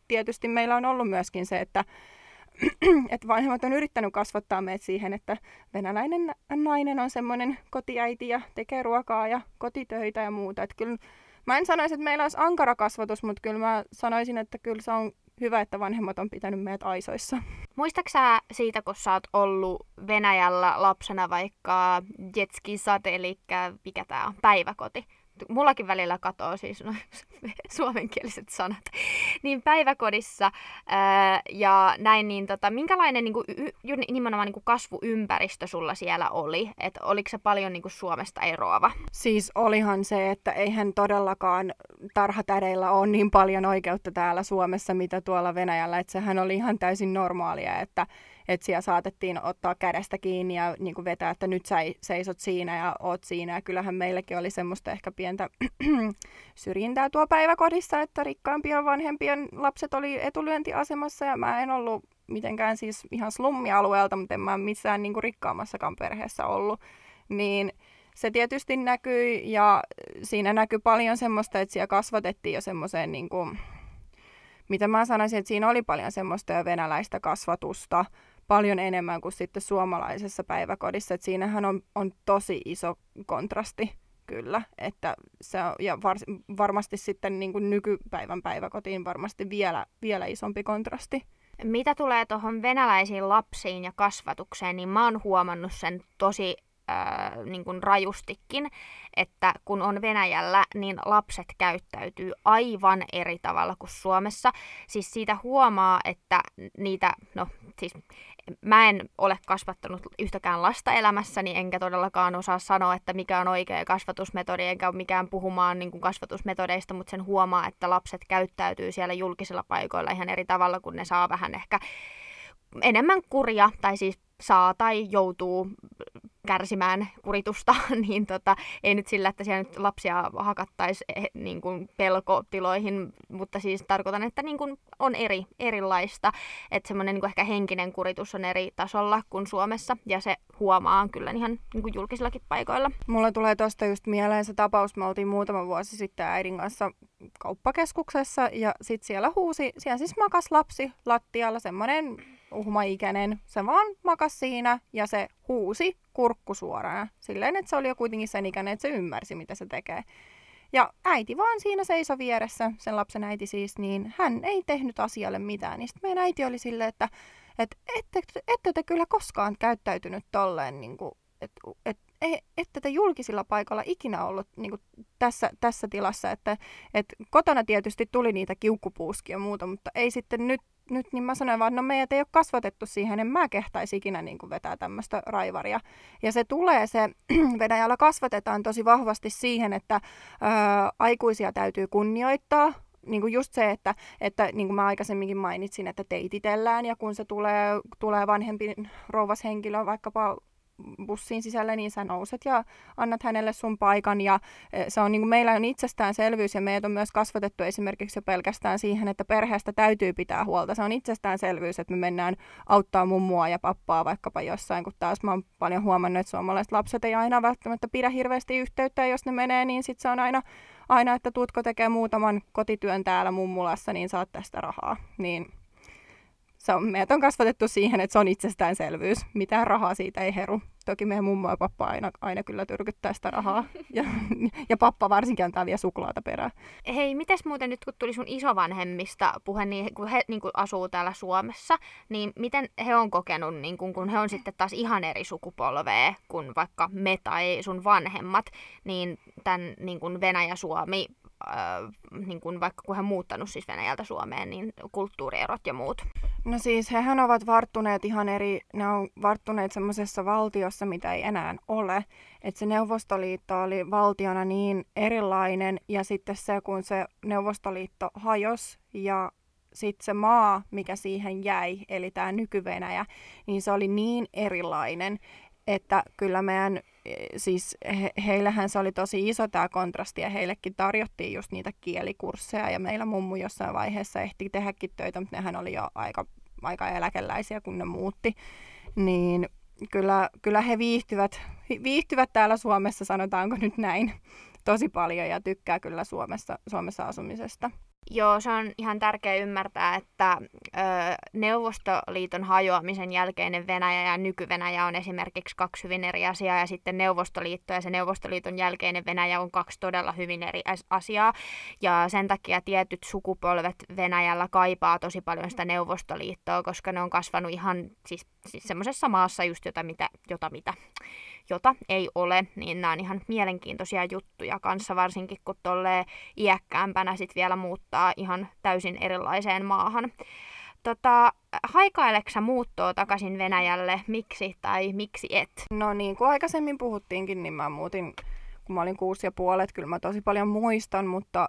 tietysti meillä on ollut myöskin se, että vanhemmat on yrittänyt kasvattaa meitä siihen, että venäläinen nainen on semmoinen kotiäiti ja tekee ruokaa ja kotitöitä ja muuta. Että kyllä mä en sanoisi, että meillä olisi ankara kasvatus, mutta kyllä mä sanoisin, että kyllä se on hyvä, että vanhemmat on pitänyt meidät aisoissa. Muistatko sä siitä, kun sä oot ollut Venäjällä lapsena vaikka jetskisat, eli mikä tää on, päiväkoti? Mullakin välillä katoo siis suomenkieliset sanat. Niin päiväkodissa ja näin, niin minkälainen nimenomaan kasvuympäristö sulla siellä oli? Et oliko se paljon Suomesta eroava? Siis olihan se, että eihän todellakaan tarhatädeillä ole niin paljon oikeutta täällä Suomessa, mitä tuolla Venäjällä. Että sehän oli ihan täysin normaalia, että siellä saatettiin ottaa kädestä kiinni ja niin kuin vetää, että nyt sä seisot siinä ja oot siinä. Ja kyllähän meilläkin oli semmoista ehkä pientä syrjintää tuo päiväkodissa, että rikkaampien vanhempien lapset oli etulyöntiasemassa ja mä en ollut mitenkään siis ihan slummialueelta, mutta en mä missään niin kuin rikkaammassakaan perheessä ollut. Niin se tietysti näkyi ja siinä näkyi paljon semmoista, että siellä kasvatettiin jo semmoiseen niin kuin, mitä mä sanoisin, että siinä oli paljon semmoista jo venäläistä kasvatusta, paljon enemmän kuin sitten suomalaisessa päiväkodissa. Että siinähän on tosi iso kontrasti kyllä, että se on, ja varmasti sitten niin kuin nykypäivän päiväkotiin varmasti vielä isompi kontrasti. Mitä tulee tuohon venäläisiin lapsiin ja kasvatukseen, niin mä oon huomannut sen tosi niin kuin rajustikin, että kun on Venäjällä, niin lapset käyttäytyy aivan eri tavalla kuin Suomessa. Siis siitä huomaa, että mä en ole kasvattanut yhtäkään lasta elämässäni, enkä todellakaan osaa sanoa, että mikä on oikea kasvatusmetodi, enkä ole mikään puhumaan niin kuin kasvatusmetodeista, mutta sen huomaa, että lapset käyttäytyy siellä julkisilla paikoilla ihan eri tavalla, kun ne saa vähän ehkä enemmän kuria, tai siis saa tai joutuu kärsimään kuritusta, niin ei nyt sillä, että siellä nyt lapsia hakattaisi niin kuin pelkotiloihin, mutta siis tarkoitan, että niin kuin on erilaista, että semmoinen niin kuin ehkä henkinen kuritus on eri tasolla kuin Suomessa, ja se huomaa kyllä ihan niin kuin julkisillakin paikoilla. Mulla tulee tosta just mieleen se tapaus, me oltiin muutama vuosi sitten äidin kanssa kauppakeskuksessa, ja sitten siellä siis makas lapsi lattialla, semmoinen uhmaikäinen, se vaan makas siinä, ja se huusi kurkku suorana. Silleen, että se oli jo kuitenkin sen ikäinen, että se ymmärsi, mitä se tekee. Ja äiti vaan siinä seisoi vieressä, sen lapsen äiti siis, niin hän ei tehnyt asialle mitään. Niin sitten meidän äiti oli silleen, että ette te kyllä koskaan käyttäytynyt tolleen, niin kuin, ette te julkisilla paikalla ikinä ollut niin kuin tässä tilassa. Että kotona tietysti tuli niitä kiukkupuuskia ja muuta, mutta ei sitten nyt niin mä sanoin vaan, että no meidät ei ole kasvatettu siihen, en mä kehtaisi ikinä niin kuin vetää tämmöistä raivaria. Ja se Venäjällä kasvatetaan tosi vahvasti siihen, että aikuisia täytyy kunnioittaa. Niin kuin just se, että niin kuin mä aikaisemminkin mainitsin, että teititellään ja kun se tulee vanhempi rouvashenkilö vaikkapa bussiin sisälle, niin sä nouset ja annat hänelle sun paikan. Ja se on niin kuin meillä on itsestäänselvyys ja meidät on myös kasvatettu esimerkiksi jo pelkästään siihen, että perheestä täytyy pitää huolta. Se on itsestäänselvyys, että me mennään auttaa mummua ja pappaa vaikkapa jossain, kun taas mä oon paljon huomannut, että suomalaiset lapset ei aina välttämättä pidä hirveästi yhteyttä ja jos ne menee, niin sit se on aina että tuutko tekee muutaman kotityön täällä mummulassa, niin saat tästä rahaa. Niin meidät on kasvatettu siihen, että se on itsestäänselvyys. Mitään rahaa siitä ei heru. Toki meidän mummo ja pappa aina kyllä tyrkyttää sitä rahaa. Ja pappa varsinkin antaa vielä suklaata perään. Hei, mites muuten nyt, kun tuli sun isovanhemmista puhe, niin kun he niin kun asuu täällä Suomessa, niin miten he on kokenut, niin kun he on sitten taas ihan eri sukupolvea kuin vaikka me tai sun vanhemmat, niin tämän niin kun Venäjä-Suomi, niin kun vaikka kun he on muuttanut siis Venäjältä Suomeen, niin kulttuurierot ja muut? No siis hehän ovat varttuneet ihan ne on varttuneet semmoisessa valtiossa, mitä ei enää ole. Että se Neuvostoliitto oli valtiona niin erilainen ja sitten se, kun se Neuvostoliitto hajosi ja sitten se maa, mikä siihen jäi, eli tämä nyky-Venäjä, niin se oli niin erilainen, että kyllä meidän, siis heillähän se oli tosi iso tämä kontrasti ja heillekin tarjottiin just niitä kielikursseja ja meillä mummu jossain vaiheessa ehti tehdäkin töitä, mutta nehän oli jo aika eläkeläisiä, kun ne muutti. Niin kyllä he viihtyvät täällä Suomessa, sanotaanko nyt näin, tosi paljon ja tykkää kyllä Suomessa asumisesta. Joo, se on ihan tärkeää ymmärtää, että Neuvostoliiton hajoamisen jälkeinen Venäjä ja nyky-Venäjä on esimerkiksi kaksi hyvin eri asiaa, ja sitten Neuvostoliitto ja se Neuvostoliiton jälkeinen Venäjä on kaksi todella hyvin eri asiaa, ja sen takia tietyt sukupolvet Venäjällä kaipaa tosi paljon sitä Neuvostoliittoa, koska ne on kasvanut ihan siis semmoisessa maassa just jota ei ole, niin nämä on ihan mielenkiintoisia juttuja kanssa, varsinkin kun tolleen iäkkäämpänä sit vielä muuttaa ihan täysin erilaiseen maahan. Haikaileksä muuttoa takaisin Venäjälle? Miksi tai miksi et? No niin kuin aikaisemmin puhuttiinkin, niin mä muutin, kun mä olin 6,5, kyllä mä tosi paljon muistan, mutta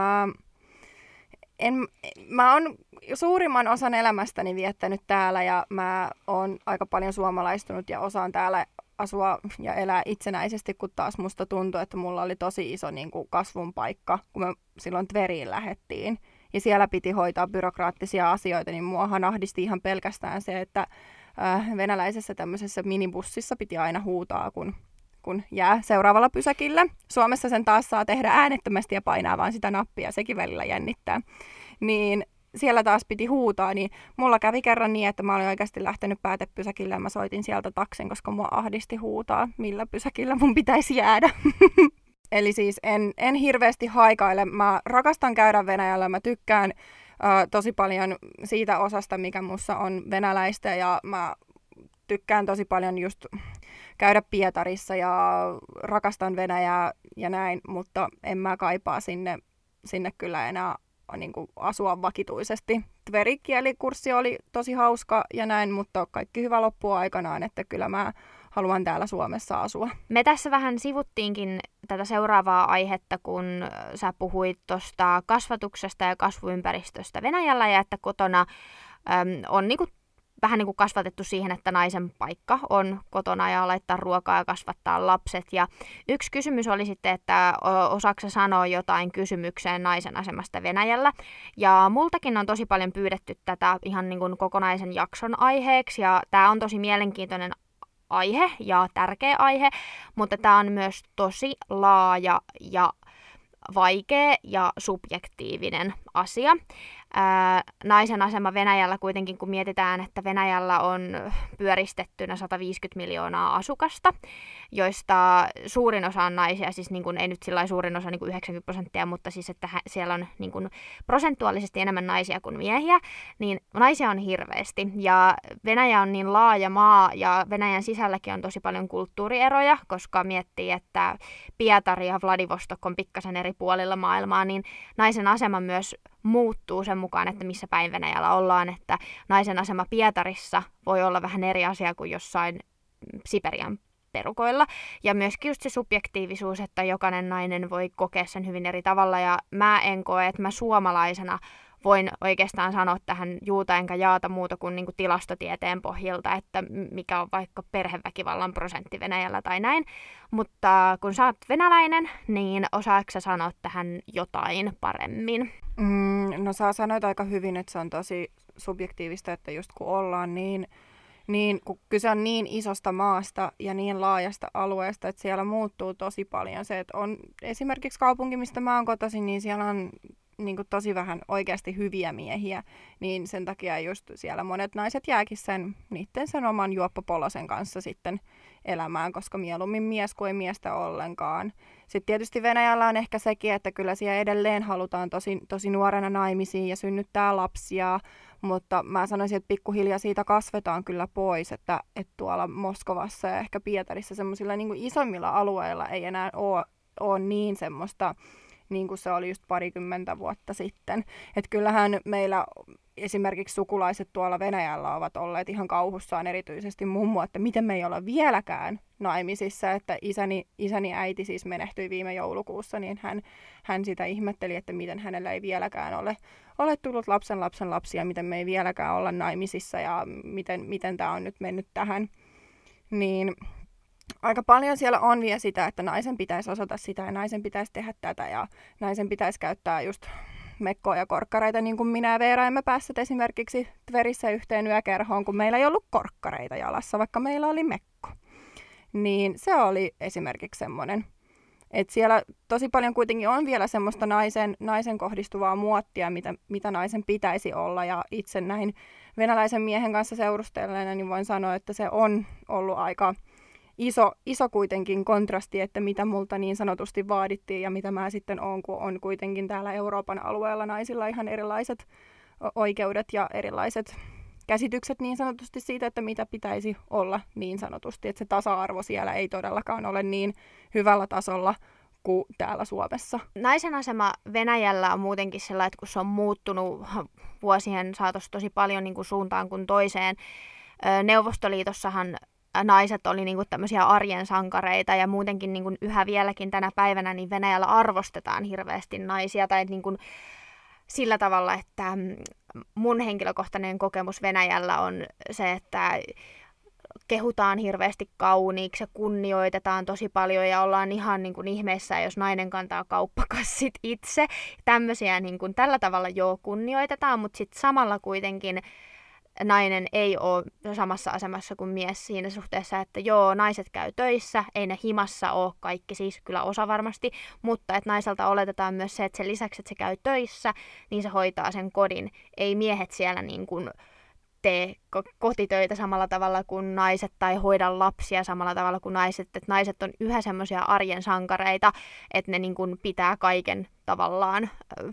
mä oon suurimman osan elämästäni viettänyt täällä ja mä oon aika paljon suomalaistunut ja osaan täällä asua ja elää itsenäisesti, kun taas musta tuntui, että mulla oli tosi iso niin kuin kasvun paikka, kun me silloin Tveriin lähdettiin. Ja siellä piti hoitaa byrokraattisia asioita, niin muahan ahdisti ihan pelkästään se, että venäläisessä tämmöisessä minibussissa piti aina huutaa, kun jää seuraavalla pysäkillä. Suomessa sen taas saa tehdä äänettömästi ja painaa vaan sitä nappia, sekin välillä jännittää. Niin siellä taas piti huutaa, niin mulla kävi kerran niin, että mä olin oikeasti lähtenyt päätepysäkille ja mä soitin sieltä taksin, koska mua ahdisti huutaa, millä pysäkillä mun pitäisi jäädä. Eli siis en hirveästi haikaile. Mä rakastan käydä Venäjällä, mä tykkään tosi paljon siitä osasta, mikä mussa on venäläistä ja mä tykkään tosi paljon just käydä Pietarissa ja rakastan Venäjää ja näin, mutta en mä kaipaa sinne kyllä enää niin kuin asua vakituisesti. Tveri-kielikurssi oli tosi hauska ja näin, mutta kaikki hyvä loppuu aikanaan, että kyllä mä haluan täällä Suomessa asua. Me tässä vähän sivuttiinkin tätä seuraavaa aihetta, kun sä puhuit tuosta kasvatuksesta ja kasvuympäristöstä Venäjällä ja että kotona on niinku vähän niin kuin kasvatettu siihen, että naisen paikka on kotona ja laittaa ruokaa ja kasvattaa lapset. Ja yksi kysymys oli sitten, että osaatko sanoa jotain kysymykseen naisen asemasta Venäjällä. Ja multakin on tosi paljon pyydetty tätä ihan niin kuin kokonaisen jakson aiheeksi. Ja tämä on tosi mielenkiintoinen aihe ja tärkeä aihe, mutta tämä on myös tosi laaja ja vaikea ja subjektiivinen asia. Naisen asema Venäjällä kuitenkin, kun mietitään, että Venäjällä on pyöristettynä 150 miljoonaa asukasta, joista suurin osa on naisia, siis niin kuin, ei nyt sillä suurin osa niin kuin 90%, mutta siis että siellä on niin kuin prosentuaalisesti enemmän naisia kuin miehiä, niin naisia on hirveästi. Ja Venäjä on niin laaja maa ja Venäjän sisälläkin on tosi paljon kulttuurieroja, koska miettii, että Pietari ja Vladivostok on pikkasen eri puolilla maailmaa, niin naisen asema myös muuttuu sen mukaan, että missä päin Venäjällä ollaan, että naisen asema Pietarissa voi olla vähän eri asia kuin jossain Siperian perukoilla. Ja myöskin just se subjektiivisuus, että jokainen nainen voi kokea sen hyvin eri tavalla, ja mä en koe, että mä suomalaisena voin oikeastaan sanoa tähän juuta enkä jaata muuta kuin niinku tilastotieteen pohjalta, että mikä on vaikka perheväkivallan prosentti Venäjällä tai näin. Mutta kun sä oot venäläinen, niin osaatko sä sanoa tähän jotain paremmin? No sä sanoit aika hyvin, että se on tosi subjektiivista, että just kun ollaan niin kun kyse on niin isosta maasta ja niin laajasta alueesta, että siellä muuttuu tosi paljon. Se, että on esimerkiksi kaupunki, mistä mä oon kotoisin, niin siellä on niin kuin tosi vähän oikeasti hyviä miehiä, niin sen takia just siellä monet naiset jääkin sen oman juoppopolosen kanssa sitten elämään, koska mieluummin mies kuin ei miestä ollenkaan. Sitten tietysti Venäjällä on ehkä sekin, että kyllä siellä edelleen halutaan tosi nuorena naimisiin ja synnyttää lapsia, mutta mä sanoisin, että pikkuhiljaa siitä kasvetaan kyllä pois, että tuolla Moskovassa ja ehkä Pietarissa semmoisilla niin kuin isommilla alueilla ei enää ole niin semmoista, niin kuin se oli just parikymmentä vuotta sitten. Että kyllähän meillä esimerkiksi sukulaiset tuolla Venäjällä ovat olleet ihan kauhussaan, erityisesti mummo, että miten me ei olla vieläkään naimisissa, että isäni äiti siis menehtyi viime joulukuussa, niin hän sitä ihmetteli, että miten hänellä ei vieläkään ole tullut lapsen lapsia, miten me ei vieläkään olla naimisissa ja miten tämä on nyt mennyt tähän. Niin aika paljon siellä on vielä sitä, että naisen pitäisi osata sitä ja naisen pitäisi tehdä tätä ja naisen pitäisi käyttää just mekkoa ja korkkareita, niin kuin minä ja Veera emme päässeet esimerkiksi Tverissä yhteen yökerhoon, kun meillä ei ollut korkkareita jalassa, vaikka meillä oli mekko. Niin se oli esimerkiksi semmoinen Et siellä tosi paljon kuitenkin on vielä semmoista naisen kohdistuvaa muottia, mitä naisen pitäisi olla. Ja itse näin venäläisen miehen kanssa seurustelleena, niin voin sanoa, että se on ollut aika iso kuitenkin kontrasti, että mitä multa niin sanotusti vaadittiin ja mitä mä sitten on, kun on kuitenkin täällä Euroopan alueella naisilla ihan erilaiset oikeudet ja erilaiset käsitykset niin sanotusti siitä, että mitä pitäisi olla niin sanotusti. Että se tasa-arvo siellä ei todellakaan ole niin hyvällä tasolla kuin täällä Suomessa. Naisen asema Venäjällä on muutenkin sellainen, että kun se on muuttunut vuosien saatossa tosi paljon niin kuin suuntaan kuin toiseen. Neuvostoliitossahan naiset oli niin kuin tämmöisiä arjen sankareita ja muutenkin niin kuin yhä vieläkin tänä päivänä niin Venäjällä arvostetaan hirveästi naisia tai niin kuin sillä tavalla, että mun henkilökohtainen kokemus Venäjällä on se, että kehutaan hirveästi kauniiksi ja kunnioitetaan tosi paljon ja ollaan ihan niin kuin ihmeessä, jos nainen kantaa kauppakassit itse. Tämmöisiä niin kuin tällä tavalla kunnioitetaan, mutta sitten samalla kuitenkin nainen ei ole samassa asemassa kuin mies siinä suhteessa, että naiset käy töissä, ei ne himassa ole kaikki, siis kyllä osa varmasti, mutta että naiselta oletetaan myös se, että sen lisäksi, että se käy töissä, niin se hoitaa sen kodin. Ei miehet siellä niin kuin tee kotitöitä samalla tavalla kuin naiset tai hoida lapsia samalla tavalla kuin naiset, että naiset on yhä semmoisia arjen sankareita, että ne niin kuin pitää kaiken tavallaan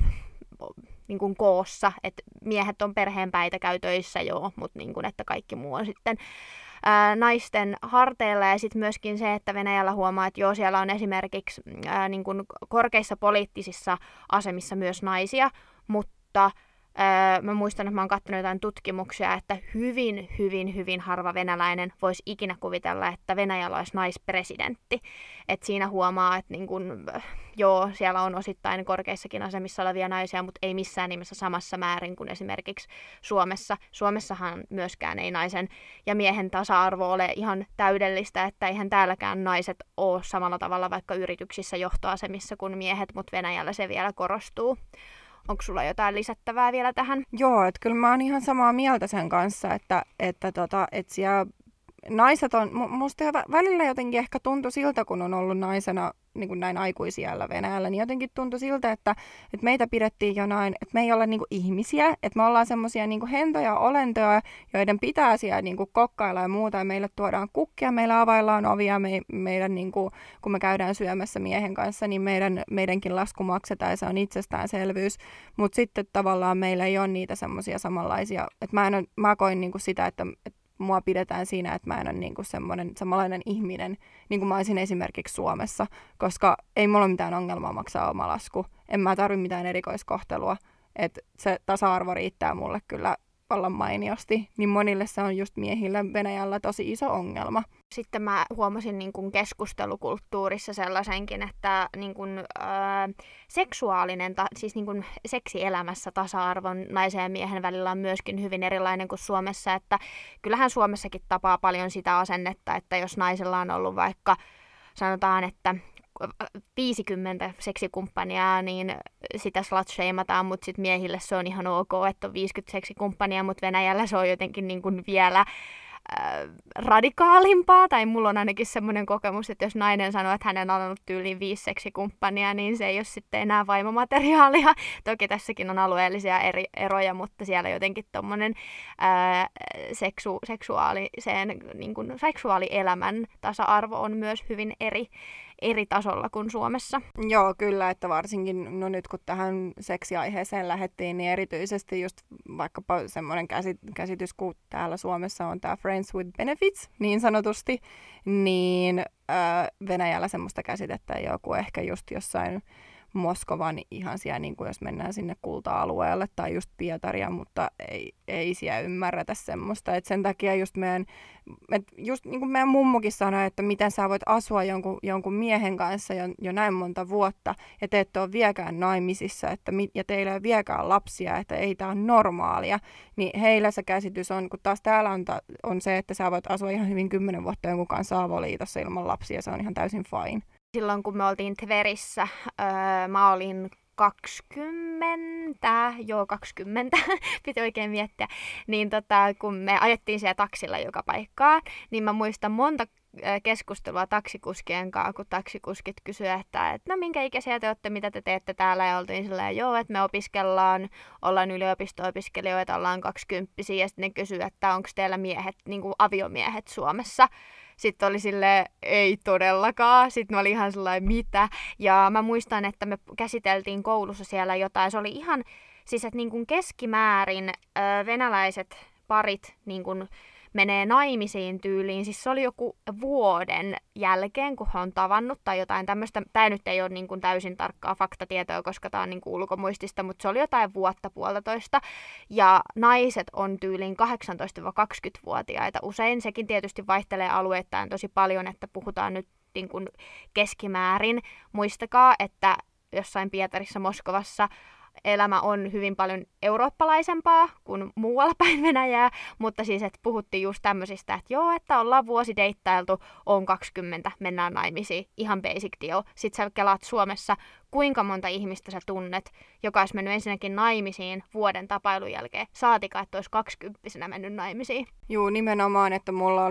niin kuin koossa, että miehet on perheenpäitä, käy töissä mutta niin kuin, että kaikki muu on sitten naisten harteilla ja sitten myöskin se, että Venäjällä huomaa, että siellä on esimerkiksi niin kuin korkeissa poliittisissa asemissa myös naisia, mutta mä muistan, että mä oon katsonut jotain tutkimuksia, että hyvin harva venäläinen voisi ikinä kuvitella, että Venäjällä olisi naispresidentti. Et siinä huomaa, että niin kun, siellä on osittain korkeissakin asemissa olevia naisia, mutta ei missään nimessä samassa määrin kuin esimerkiksi Suomessa. Suomessahan myöskään ei naisen ja miehen tasa-arvo ole ihan täydellistä, että eihän täälläkään naiset ole samalla tavalla vaikka yrityksissä johtoasemissa kuin miehet, mutta Venäjällä se vielä korostuu. Onko sulla jotain lisättävää vielä tähän? Joo, että kyllä mä oon ihan samaa mieltä sen kanssa, että siellä naiset on, musta välillä jotenkin ehkä tuntui siltä, kun on ollut naisena niin kuin näin aikuisiällä Venäjällä, niin jotenkin tuntui siltä, että meitä pidettiin jonain, että me ei ole niin kuin ihmisiä, että me ollaan semmoisia niin kuin hentoja olentoja, joiden pitää siellä niin kuin kokkailla ja muuta, ja meille tuodaan kukkia, meillä availlaan ovia, meidän, niin kuin, kun me käydään syömässä miehen kanssa, niin meidänkin lasku maksetaan, ja se on itsestäänselvyys, mutta sitten tavallaan meillä ei ole niitä semmoisia samanlaisia, että mä koin niin kuin sitä, että mua pidetään siinä, että mä en ole niinku samanlainen ihminen, niin kuin mä olisin esimerkiksi Suomessa, koska ei mulla ole mitään ongelmaa maksaa oma lasku. En mä tarvitse mitään erikoiskohtelua, että se tasa-arvo riittää mulle kyllä vallan mainiosti. Niin monille se on just miehillä Venäjällä tosi iso ongelma. Sitten mä huomasin niin kuin keskustelukulttuurissa sellaisenkin, että niin kuin, seksuaalinen, siis niin kuin seksielämässä tasa-arvon naisen ja miehen välillä on myöskin hyvin erilainen kuin Suomessa. Että kyllähän Suomessakin tapaa paljon sitä asennetta, että jos naisella on ollut vaikka sanotaan, että 50 seksikumppania, niin sitä slut-shameataan, mutta sitten miehille se on ihan ok, että on 50 seksikumppania, mutta Venäjällä se on jotenkin niin kuin vielä radikaalimpaa, tai mulla on ainakin semmoinen kokemus, että jos nainen sanoo, että hänen on ollut tyyliin 5 seksikumppania, niin se ei ole sitten enää vaimomateriaalia. Toki tässäkin on alueellisia eroja, mutta siellä jotenkin tommonen seksuaalielämän tasa-arvo on myös hyvin eri tasolla kuin Suomessa. Joo, kyllä, että varsinkin nyt kun tähän seksiaiheeseen lähdettiin, niin erityisesti just vaikkapa semmoinen käsitys, kun täällä Suomessa on tämä Friends with Benefits, niin sanotusti, niin Venäjällä semmoista käsitettä joku ehkä just jossain Moskovan ihan siellä, niin kuin jos mennään sinne kulta-alueelle tai just Pietaria, mutta ei siellä ymmärretä semmoista. Et sen takia just niin kuin meidän mummukin sanoi, että miten sä voit asua jonkun miehen kanssa jo näin monta vuotta ja te ette ole vieläkään naimisissa ja teillä ei ole vieläkään lapsia, että ei tämä ole normaalia. Niin heillä se käsitys on, kun taas täällä on se, että sä voit asua ihan hyvin 10 vuotta jonkun kanssa avoliitossa ilman lapsia, se on ihan täysin fine. Silloin kun me oltiin Tverissä, mä olin 20, piti oikein miettiä, niin kun me ajettiin siellä taksilla joka paikkaa, niin mä muistan keskustelua taksikuskien kanssa, kun taksikuskit kysyivät, että no minkä ikäisiä te olette, mitä te teette täällä, ja oltiin silleen, joo, että me opiskellaan, ollaan yliopisto-opiskelijoita, ollaan 20, ja sitten ne kysyivät, että onko teillä miehet, niin kuin aviomiehet Suomessa. Sitten oli silleen, ei todellakaan. Sitten mä olin ihan sellainen, mitä? Ja mä muistan, että me käsiteltiin koulussa siellä jotain. Se oli ihan, siis että niin kuin keskimäärin venäläiset parit niin kuin menee naimisiin tyyliin. Siis se oli joku vuoden jälkeen, kun he on tavannut tai jotain tämmöistä. Tämä nyt ei ole niin kuin täysin tarkkaa faktatietoa, koska tämä on niin kuin ulkomuistista, mutta se oli jotain vuotta puolitoista. Ja naiset on tyyliin 18-20-vuotiaita. Usein sekin tietysti vaihtelee alueittain tosi paljon, että puhutaan nyt niin kuin keskimäärin. Muistakaa, että jossain Pietarissa, Moskovassa elämä on hyvin paljon eurooppalaisempaa kuin muualla päin Venäjää, mutta siis, että puhuttiin just tämmöisistä, että joo, että ollaan vuosi deittailtu, on 20, mennään naimisiin, ihan basic deal. Sitten sä kelaat Suomessa, kuinka monta ihmistä sä tunnet, joka olisi mennyt ensinnäkin naimisiin vuoden tapailun jälkeen, saatika, että olisi 20-vuotiaana mennyt naimisiin. Juu, nimenomaan, että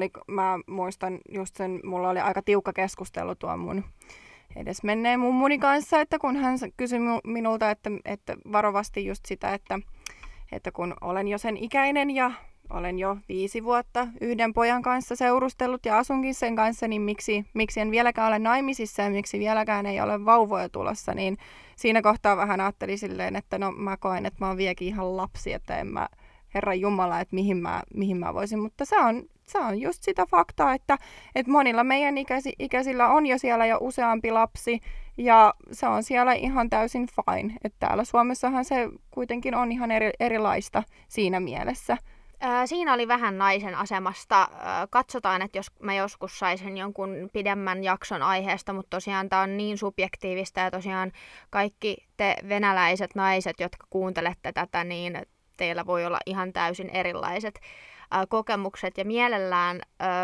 mä muistan just sen, mulla oli aika tiukka keskustelu tuon mun edesmenneen mummuni kanssa, että kun hän kysyi minulta, että varovasti just sitä, että kun olen jo sen ikäinen ja olen jo 5 vuotta yhden pojan kanssa seurustellut ja asunkin sen kanssa, niin miksi en vieläkään ole naimisissa ja miksi vieläkään ei ole vauvoja tulossa, niin siinä kohtaa vähän ajattelin silleen, että no mä koen, että mä oon vieläkin ihan lapsi, että en mä, Herran Jumala, että mihin mä voisin, mutta se on just sitä faktaa, että monilla meidän ikäisillä on jo siellä jo useampi lapsi ja se on siellä ihan täysin fine. Että täällä Suomessahan se kuitenkin on ihan erilaista siinä mielessä. Siinä oli vähän naisen asemasta. Katsotaan, että jos mä joskus saisin jonkun pidemmän jakson aiheesta, mutta tosiaan tämä on niin subjektiivista ja tosiaan kaikki te venäläiset naiset, jotka kuuntelette tätä, niin teillä voi olla ihan täysin erilaiset kokemukset ja mielellään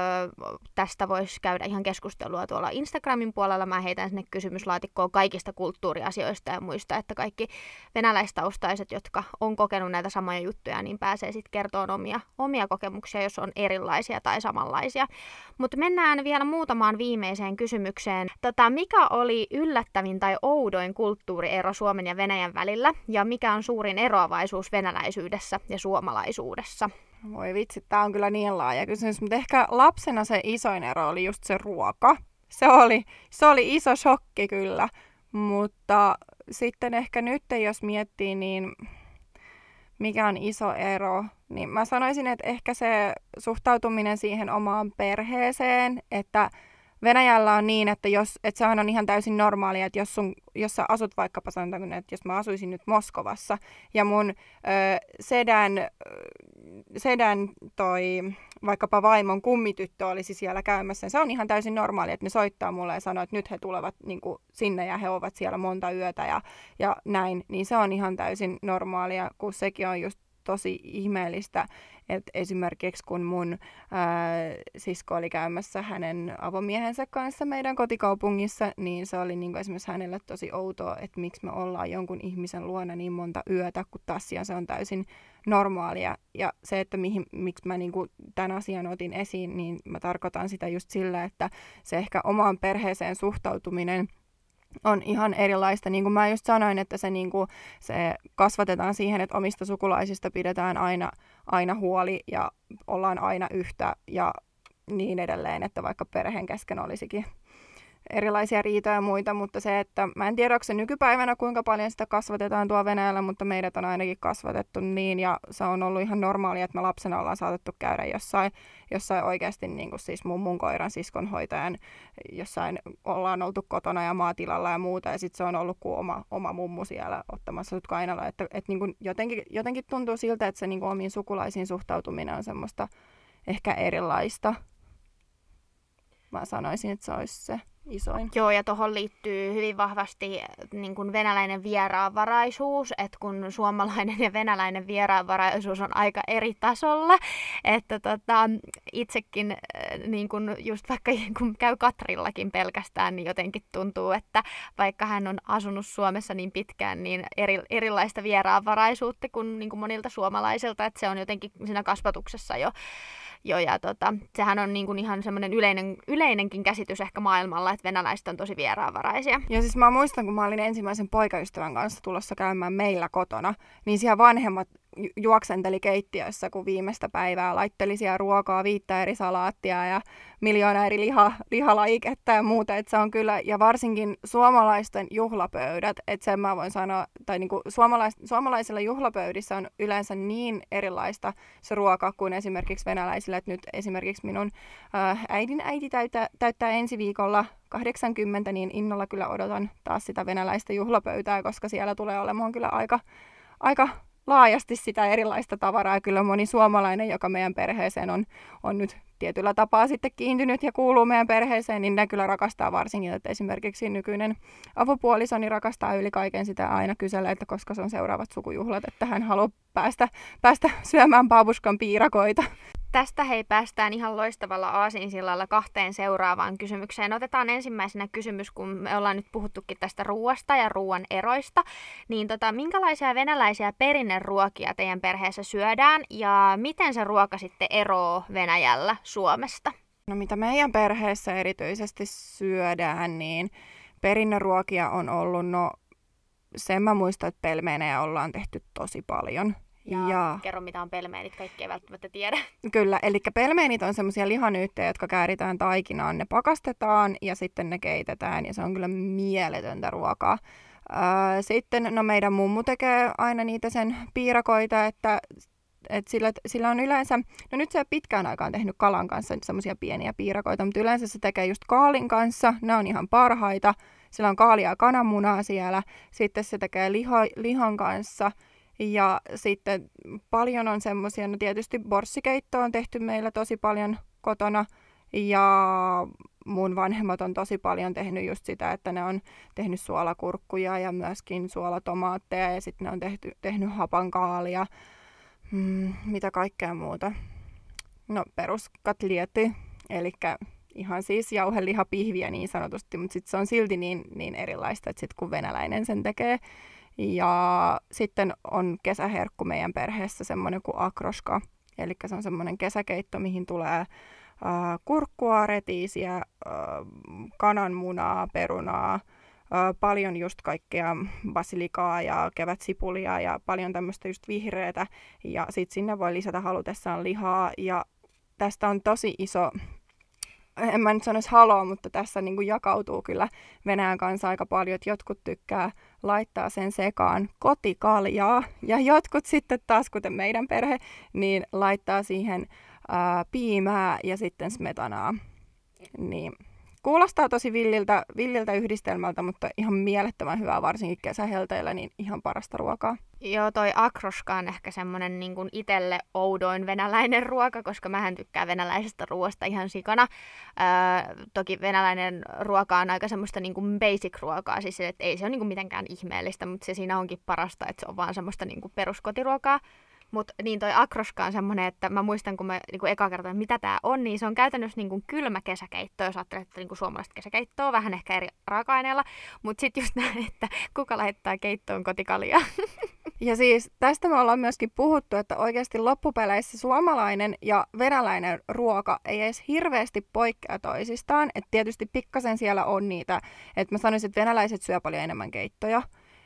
tästä voisi käydä ihan keskustelua tuolla Instagramin puolella. Mä heitän sinne kysymyslaatikkoon kaikista kulttuuriasioista ja muista, että kaikki venäläistaustaiset, jotka on kokenut näitä samoja juttuja, niin pääsee sitten kertomaan omia kokemuksia, jos on erilaisia tai samanlaisia. Mutta mennään vielä muutamaan viimeiseen kysymykseen. Mikä oli yllättävin tai oudoin kulttuuriero Suomen ja Venäjän välillä ja mikä on suurin eroavaisuus venäläisyydessä ja suomalaisuudessa? Voi vitsi, tää on kyllä niin laaja kysymys, mutta ehkä lapsena se isoin ero oli just se ruoka. Se oli iso shokki kyllä, mutta sitten ehkä nyt, jos miettii, niin mikä on iso ero, niin mä sanoisin, että ehkä se suhtautuminen siihen omaan perheeseen, että Venäjällä on niin, että sehän on ihan täysin normaalia, että jos sä asut vaikkapa, sanotaan, että jos mä asuisin nyt Moskovassa ja mun sedän vaikkapa vaimon kummityttö olisi siellä käymässä, niin se on ihan täysin normaalia, että ne soittaa mulle ja sanoo, että nyt he tulevat niin kuin sinne ja he ovat siellä monta yötä ja näin, niin se on ihan täysin normaalia, kun sekin on just tosi ihmeellistä, että esimerkiksi kun mun sisko oli käymässä hänen avomiehensä kanssa meidän kotikaupungissa, niin se oli niin kuin esimerkiksi hänelle tosi outoa, että miksi me ollaan jonkun ihmisen luona niin monta yötä, kun taas se on täysin normaalia. Ja se, että miksi mä niin kuin tämän asian otin esiin, niin mä tarkoitan sitä just sillä, että se ehkä omaan perheeseen suhtautuminen on ihan erilaista. Niin kuin mä just sanoin, että se kasvatetaan siihen, että omista sukulaisista pidetään aina huoli ja ollaan aina yhtä ja niin edelleen, että vaikka perheen kesken olisikin erilaisia riitoja ja muita, mutta se, että mä en tiedä, onko se nykypäivänä kuinka paljon sitä kasvatetaan tuo Venäjällä, mutta meidät on ainakin kasvatettu niin ja se on ollut ihan normaalia, että me lapsena ollaan saatettu käydä jossain oikeasti niin kuin siis mun koiran siskonhoitajan, jossain ollaan oltu kotona ja maatilalla ja muuta ja sitten se on ollut kuin oma mummu siellä ottamassa sut kainalla, että niin kuin jotenkin tuntuu siltä, että se niin kuin omiin sukulaisiin suhtautuminen on semmoista ehkä erilaista. Mä sanoisin, että se olisi se isoin. Joo, ja tuohon liittyy hyvin vahvasti niin kuin venäläinen vieraanvaraisuus, että kun suomalainen ja venäläinen vieraanvaraisuus on aika eri tasolla, että itsekin niin kuin just vaikka kun käy Katrillakin pelkästään, niin jotenkin tuntuu, että vaikka hän on asunut Suomessa niin pitkään, niin erilaista vieraanvaraisuutta kuin monilta suomalaisilta, että se on jotenkin siinä kasvatuksessa Ja sehän on niin kuin ihan semmoinen yleinenkin käsitys ehkä maailmalla, että venäläiset on tosi vieraanvaraisia. Ja siis mä muistan, kun mä olin ensimmäisen poikaystävän kanssa tulossa käymään meillä kotona, niin siellä vanhemmat juoksenteli keittiössä, kun viimeistä päivää laitteli siellä ruokaa, 5 eri salaattia ja 1 eri lihalajiketta ja muuta. Et se on kyllä, ja varsinkin suomalaisten juhlapöydät, että sen mä voin sanoa, tai niinku suomalaisilla juhlapöydissä on yleensä niin erilaista se ruoka kuin esimerkiksi venäläisillä. Et nyt esimerkiksi minun äidin äiti täyttää ensi viikolla 80, niin innolla kyllä odotan taas sitä venäläistä juhlapöytää, koska siellä tulee olemaan kyllä aika laajasti sitä erilaista tavaraa. Kyllä moni suomalainen, joka meidän perheeseen on nyt tietyllä tapaa sitten kiintynyt ja kuuluu meidän perheeseen, niin ne kyllä rakastaa varsinkin, että esimerkiksi nykyinen avopuolisoni rakastaa yli kaiken sitä aina kyselee, että koska se on seuraavat sukujuhlat, että hän haluaa päästä syömään babuskan piirakoita. Tästä päästään ihan loistavalla aasinsillalla 2 seuraavaan kysymykseen. Otetaan ensimmäisenä kysymys, kun me ollaan nyt puhuttukin tästä ruoasta ja ruoan eroista. Niin minkälaisia venäläisiä perinneruokia teidän perheessä syödään ja miten se ruoka sitten eroo Venäjällä Suomesta? No mitä meidän perheessä erityisesti syödään, niin perinneruokia on ollut, sen mä muistan, että pelmeenejä ollaan tehty tosi paljon. Ja kerro, mitä on pelmeenit, kaikki ei välttämättä tiedä. Kyllä, eli pelmeenit on semmoisia lihanyyttejä, jotka kääritään taikinaan, ne pakastetaan ja sitten ne keitetään ja se on kyllä mieletöntä ruokaa. Sitten meidän mummu tekee aina niitä sen piirakoita, että sillä on yleensä, nyt se pitkään aikaan tehnyt kalan kanssa semmoisia pieniä piirakoita, mutta yleensä se tekee just kaalin kanssa, ne on ihan parhaita. Sillä on kaalia ja kananmunaa siellä, sitten se tekee lihan kanssa. Ja sitten paljon on semmoisia, tietysti borssikeittoa on tehty meillä tosi paljon kotona. Ja mun vanhemmat on tosi paljon tehnyt just sitä, että ne on tehnyt suolakurkkuja ja myöskin suolatomaatteja ja sitten ne on tehnyt hapankaalia. Mitä kaikkea muuta? No peruskatlietti, eli ihan siis jauhelihapihviä niin sanotusti, mutta sitten se on silti niin erilaista, että sitten kun venäläinen sen tekee. Ja sitten on kesäherkku meidän perheessä semmoinen kuin akroska, eli se on semmoinen kesäkeitto, mihin tulee kurkkua, retiisiä, kananmunaa, perunaa, paljon just kaikkea basilikaa ja kevätsipulia ja paljon tämmöistä just vihreätä. Ja sitten sinne voi lisätä halutessaan lihaa ja tästä on tosi iso, en mä nyt sanoisi haloo, mutta tässä niin kuin jakautuu kyllä Venäjän kanssa aika paljon, että jotkut tykkää laittaa sen sekaan kotikaljaa ja jotkut sitten taas, kuten meidän perhe, niin laittaa siihen piimää ja sitten smetanaa. Niin. Kuulostaa tosi villiltä yhdistelmältä, mutta ihan mielettömän hyvää, varsinkin kesähelteillä, niin ihan parasta ruokaa. Joo, toi akroska on ehkä semmonen niin kuin itselle oudoin venäläinen ruoka, koska mähän tykkään venäläisestä ruoasta ihan sikana. Toki venäläinen ruoka on aika semmoista niin kuin basic-ruokaa, siis että ei se ole niin kuin mitenkään ihmeellistä, mutta se siinä onkin parasta, että se on vaan semmoista niin kuin peruskotiruokaa. Mutta niin toi akroska on semmoinen, että mä muistan, kun mä niinku eka kertaan, mitä tää on, niin se on käytännössä niinku kylmä kesäkeitto, jos ajattelet, että niinku suomalaista kesäkeittoa, vähän ehkä eri raaka-aineilla. Mutta sitten just näin, että kuka laittaa keittoon kotikaljaa. Ja siis tästä me ollaan myöskin puhuttu, että oikeasti loppupeleissä suomalainen ja venäläinen ruoka ei edes hirveästi poikkea toisistaan. Että tietysti pikkasen siellä on niitä, että mä sanoisin, että venäläiset syö paljon enemmän keittoja.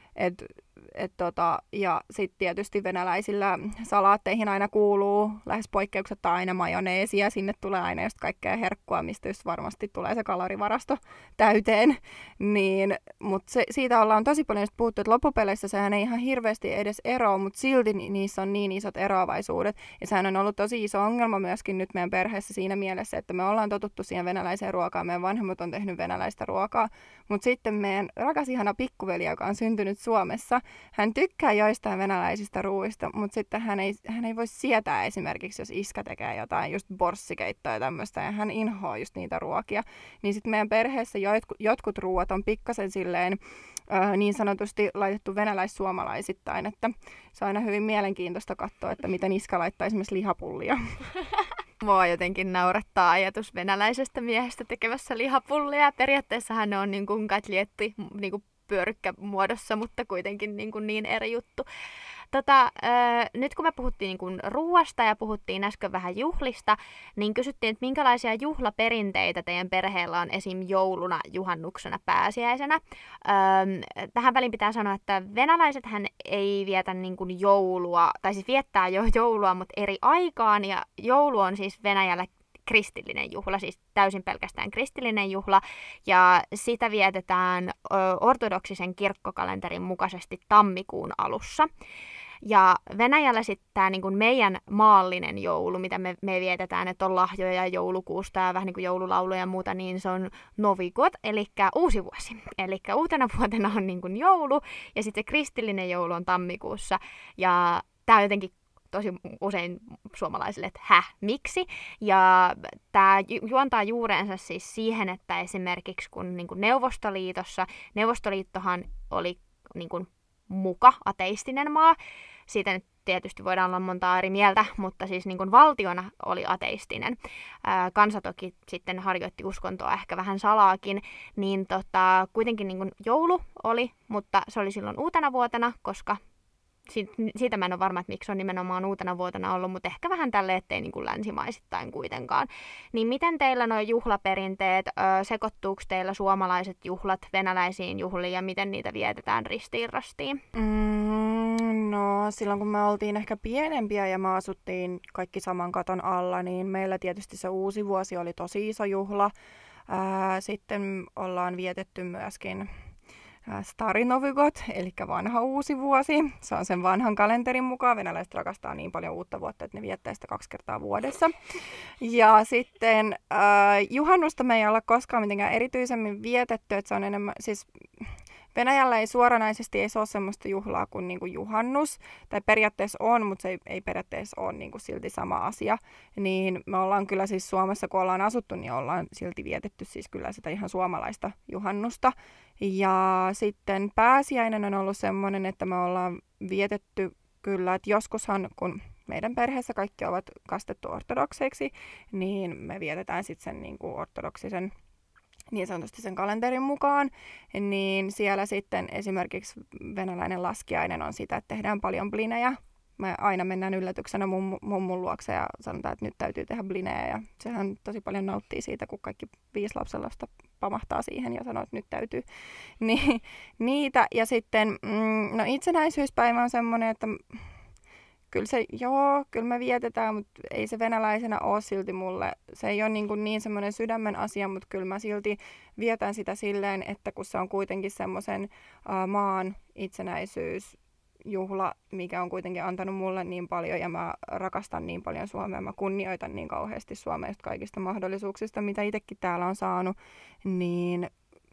Ja sitten tietysti venäläisillä salaatteihin aina kuuluu lähes poikkeuksetta aina majoneesi ja sinne tulee aina just kaikkea herkkua, mistä just varmasti tulee se kalorivarasto täyteen. Mutta siitä ollaan tosi paljon puhuttu, että loppupeleissä sehän ei ihan hirveästi edes eroa, mutta silti niissä on niin isot eroavaisuudet. Ja sehän on ollut tosi iso ongelma myöskin nyt meidän perheessä siinä mielessä, että me ollaan totuttu siihen venäläiseen ruokaan, meidän vanhemmat on tehnyt venäläistä ruokaa, mutta sitten meidän rakas ihana pikkuveli, joka on syntynyt Suomessa, hän tykkää joistain venäläisistä ruuista, mutta sitten hän ei voi sietää esimerkiksi, jos iskä tekee jotain just borssikeittoa ja tämmöistä, ja hän inhoaa just niitä ruokia. Niin sitten meidän perheessä jotkut ruuat on pikkasen silleen niin sanotusti laitettu venäläis-suomalaisittain, että se on aina hyvin mielenkiintoista katsoa, että miten iskä laittaa esimerkiksi lihapullia. Mua jotenkin naurattaa ajatus venäläisestä miehestä tekemässä lihapullia. Periaatteessahan ne on niin kuin katlietti, niin kuin pyörykkämuodossa, mutta kuitenkin niin eri juttu. Nyt kun me puhuttiin niin kuin ruuasta ja puhuttiin äsken vähän juhlista, niin kysyttiin, että minkälaisia juhlaperinteitä teidän perheellä on esim. Jouluna, juhannuksena, pääsiäisenä. Tähän väliin pitää sanoa, että venäläisethän ei vietä niin kuin joulua, tai siis viettää jo joulua, mutta eri aikaan, ja joulu on siis Venäjällä kristillinen juhla, siis täysin pelkästään kristillinen juhla, ja sitä vietetään ortodoksisen kirkkokalenterin mukaisesti tammikuun alussa. Ja Venäjällä sitten tämä niinku meidän maallinen joulu, mitä me vietetään, että on lahjoja joulukuusta ja vähän niin kuin joululauluja ja muuta, niin se on Novi God, eli uusi vuosi. Eli uutena vuotena on niinku joulu, ja sitten se kristillinen joulu on tammikuussa, ja tämä on jotenkin tosi usein suomalaisille, että miksi? Ja tämä juontaa juurensa siis siihen, että esimerkiksi kun niin kuin Neuvostoliittohan oli niin kuin muka ateistinen maa, siitä nyt tietysti voidaan olla monta eri mieltä, mutta siis niin kuin valtiona oli ateistinen. Kansa toki sitten harjoitti uskontoa ehkä vähän salaakin, niin kuitenkin niin kuin joulu oli, mutta se oli silloin uutena vuotena, koska siitä mä en ole varma, että miksi on nimenomaan uutena vuotena ollut, mutta ehkä vähän tälleen, ettei niin kuin länsimaisittain kuitenkaan. Niin miten teillä nuo juhlaperinteet, sekoittuuko teillä suomalaiset juhlat venäläisiin juhliin ja miten niitä vietetään ristiin rastiin? No silloin kun me oltiin ehkä pienempiä ja me asuttiin kaikki saman katon alla, niin meillä tietysti se uusi vuosi oli tosi iso juhla. Sitten ollaan vietetty myöskin Stary Novi God, eli vanha uusi vuosi. Se on sen vanhan kalenterin mukaan. Venäläiset rakastaa niin paljon uutta vuotta, että ne viettää sitä 2 kertaa vuodessa. Ja sitten juhannusta me ei olla koskaan mitenkään erityisemmin vietetty, että se on enemmän, siis Venäjällä ei suoranaisesti ei se ole semmoista juhlaa kuin niinku juhannus, tai periaatteessa on, mutta se ei periaatteessa ole niinku silti sama asia. Niin me ollaan kyllä siis Suomessa, kun ollaan asuttu, niin ollaan silti vietetty siis kyllä sitä ihan suomalaista juhannusta. Ja sitten pääsiäinen on ollut semmoinen, että me ollaan vietetty kyllä, että joskushan kun meidän perheessä kaikki ovat kastettu ortodokseiksi, niin me vietetään sitten sen niinku ortodoksisen niin sanotusti sen kalenterin mukaan, niin siellä sitten esimerkiksi venäläinen laskiainen on sitä, että tehdään paljon blinejä. Me aina mennään yllätyksenä mummun luokse ja sanotaan, että nyt täytyy tehdä blinejä. Ja sehän tosi paljon nauttii siitä, kun kaikki 5 lapsenlasta pamahtaa siihen ja sanoo, että nyt täytyy. Niin, niitä. Ja sitten no itsenäisyyspäivä on semmoinen, että kyllä me vietetään, mutta ei se venäläisenä ole silti mulle. Se ei ole niin semmoinen sydämen asia, mutta kyllä mä silti vietän sitä silleen, että kun se on kuitenkin semmoisen maan itsenäisyysjuhla, mikä on kuitenkin antanut mulle niin paljon ja mä rakastan niin paljon Suomea, mä kunnioitan niin kauheasti Suomea just kaikista mahdollisuuksista, mitä itsekin täällä on saanut, niin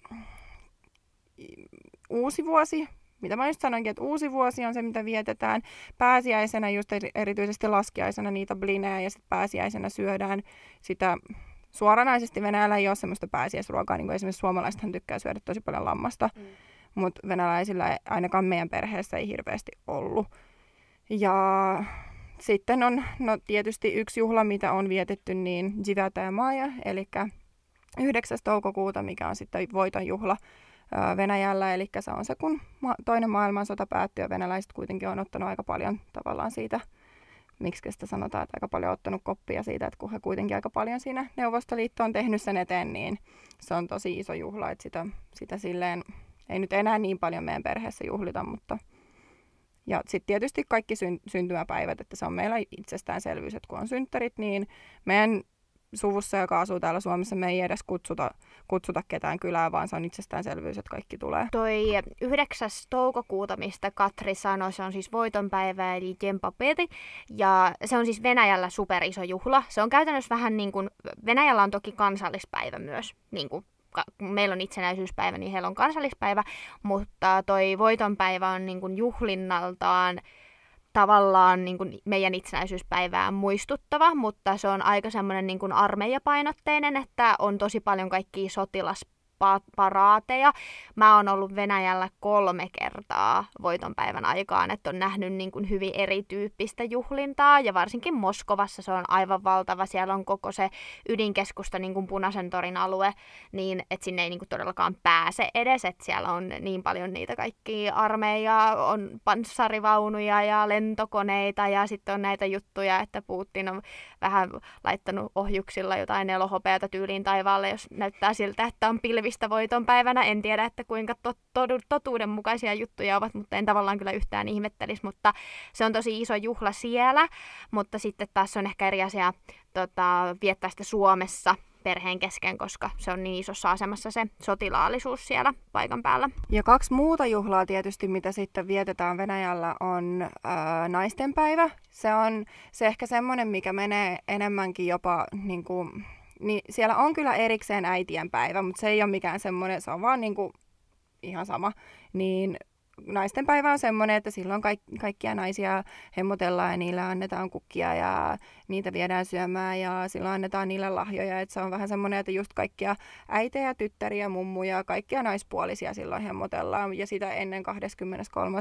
uusi vuosi. Mitä mä just sanoinkin, että uusi vuosi on se, mitä vietetään. Pääsiäisenä, just erityisesti laskiaisena niitä blinejä ja sitten pääsiäisenä syödään sitä. Suoranaisesti Venäjällä ei ole semmoista pääsiäisruokaa, niin kuin esimerkiksi suomalaisethan tykkää syödä tosi paljon lammasta, mutta venäläisillä ainakaan meidän perheessä ei hirveästi ollut. Ja sitten on tietysti yksi juhla, mitä on vietetty, niin Dzivata Maja, eli 9. toukokuuta, mikä on sitten voiton juhla Venäjällä, eli se on se, kun toinen maailmansota päättyi ja venäläiset kuitenkin on ottanut aika paljon tavallaan siitä, miksi sitä sanotaan, että aika paljon ottanut koppia siitä, että kun he kuitenkin aika paljon siinä Neuvostoliitto on tehnyt sen eteen, niin se on tosi iso juhla, että sitä silleen ei nyt enää niin paljon meidän perheessä juhlita, mutta ja sitten tietysti kaikki syntymäpäivät, että se on meillä itsestäänselvyys, että kun on synttärit, niin meidän suvussa, joka asuu täällä Suomessa, me ei edes kutsuta ketään kylää, vaan se on itsestäänselvyys, että kaikki tulee. Toi 9. toukokuuta, mistä Katri sanoi, se on siis voitonpäivä eli Djenpapeti, ja se on siis Venäjällä superiso juhla. Se on käytännössä vähän niin kuin, Venäjällä on toki kansallispäivä myös, niin kuin kun meillä on itsenäisyyspäivä, niin heillä on kansallispäivä, mutta toi voitonpäivä on niin kuin juhlinnaltaan tavallaan niin kuin meidän itsenäisyyspäivää muistuttava, mutta se on aika semmoinen niin kuin armeijapainotteinen, että on tosi paljon kaikkia paraateja. Mä oon ollut Venäjällä 3 kertaa voitonpäivän aikaan, että on nähnyt niin kuin hyvin erityyppistä juhlintaa, ja varsinkin Moskovassa se on aivan valtava. Siellä on koko se ydinkeskusta, niin kuin Punaisen torin alue, niin että sinne ei niin kuin todellakaan pääse edes, että siellä on niin paljon niitä kaikkia armeijaa, on panssarivaunuja ja lentokoneita, ja sitten on näitä juttuja, että Putin on vähän laittanut ohjuksilla jotain elohopeata tyyliin taivaalle, jos näyttää siltä, että on pilvistä voitonpäivänä. En tiedä, että kuinka totuudenmukaisia juttuja ovat, mutta en tavallaan kyllä yhtään ihmettelisi, mutta se on tosi iso juhla siellä, mutta sitten taas on ehkä eri asia viettää sitä Suomessa perheen kesken, koska se on niin isossa asemassa se sotilaallisuus siellä paikan päällä. Ja 2 muuta juhlaa tietysti, mitä sitten vietetään Venäjällä, on naistenpäivä. Se on se ehkä semmoinen, mikä menee enemmänkin jopa, niin siellä on kyllä erikseen äitienpäivä, mutta se ei ole mikään semmoinen, se on vaan ihan sama. Niin naistenpäivä on semmoinen, että silloin kaikkia naisia hemmotellaan ja niille annetaan kukkia ja niitä viedään syömään ja silloin annetaan niille lahjoja. Että se on vähän semmoinen, että just kaikkia äitejä, tyttäriä, mummuja, kaikkia naispuolisia silloin hemmotellaan. Ja sitä ennen 23.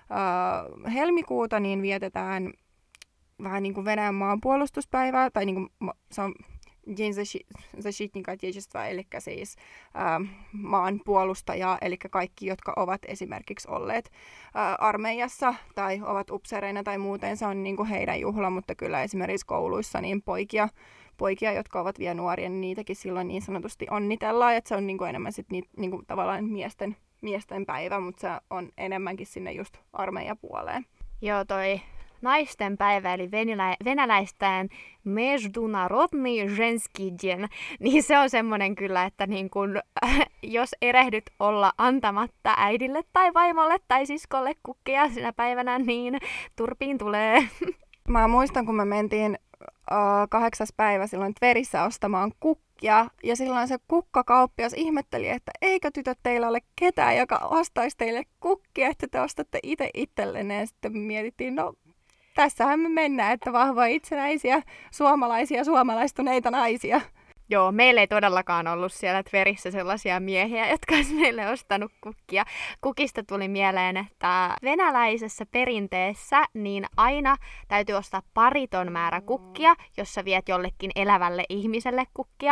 Helmikuuta niin vietetään vähän niin kuin Venäjän maanpuolustuspäivää, tai niin kuin se on День защитника Отечества, eli siis maan puolustaja, eli kaikki, jotka ovat esimerkiksi olleet armeijassa tai ovat upseereina tai muuten, se on niin kuin heidän juhla, mutta kyllä esimerkiksi kouluissa niin poikia, jotka ovat vielä nuoria, niin niitäkin silloin niin sanotusti onnitellaan, että se on niin kuin enemmän sit niin kuin tavallaan miesten päivä, mutta se on enemmänkin sinne just armeijapuoleen. Joo, toi naisten päivä, eli venäläistään Международный женский день, niin se on semmoinen kyllä, että niin kun, jos erehdyt olla antamatta äidille tai vaimolle tai siskolle kukkia sinä päivänä, niin turpiin tulee. Mä muistan, kun me mentiin 8. päivä silloin Tverissä ostamaan kukkia, ja silloin se kukkakauppias ihmetteli, että eikö tytöt teillä ole ketään, joka ostaisi teille kukkia, että te ostatte itse itsellenne, ja sitten mietittiin, no tässähän me mennään, että vahvoja itsenäisiä suomalaistuneita naisia. Joo, meillä ei todellakaan ollut siellä Tverissä sellaisia miehiä, jotka olisi meille ostanut kukkia. Kukista tuli mieleen, että venäläisessä perinteessä niin aina täytyy ostaa pariton määrä kukkia, jos sä viet jollekin elävälle ihmiselle kukkia.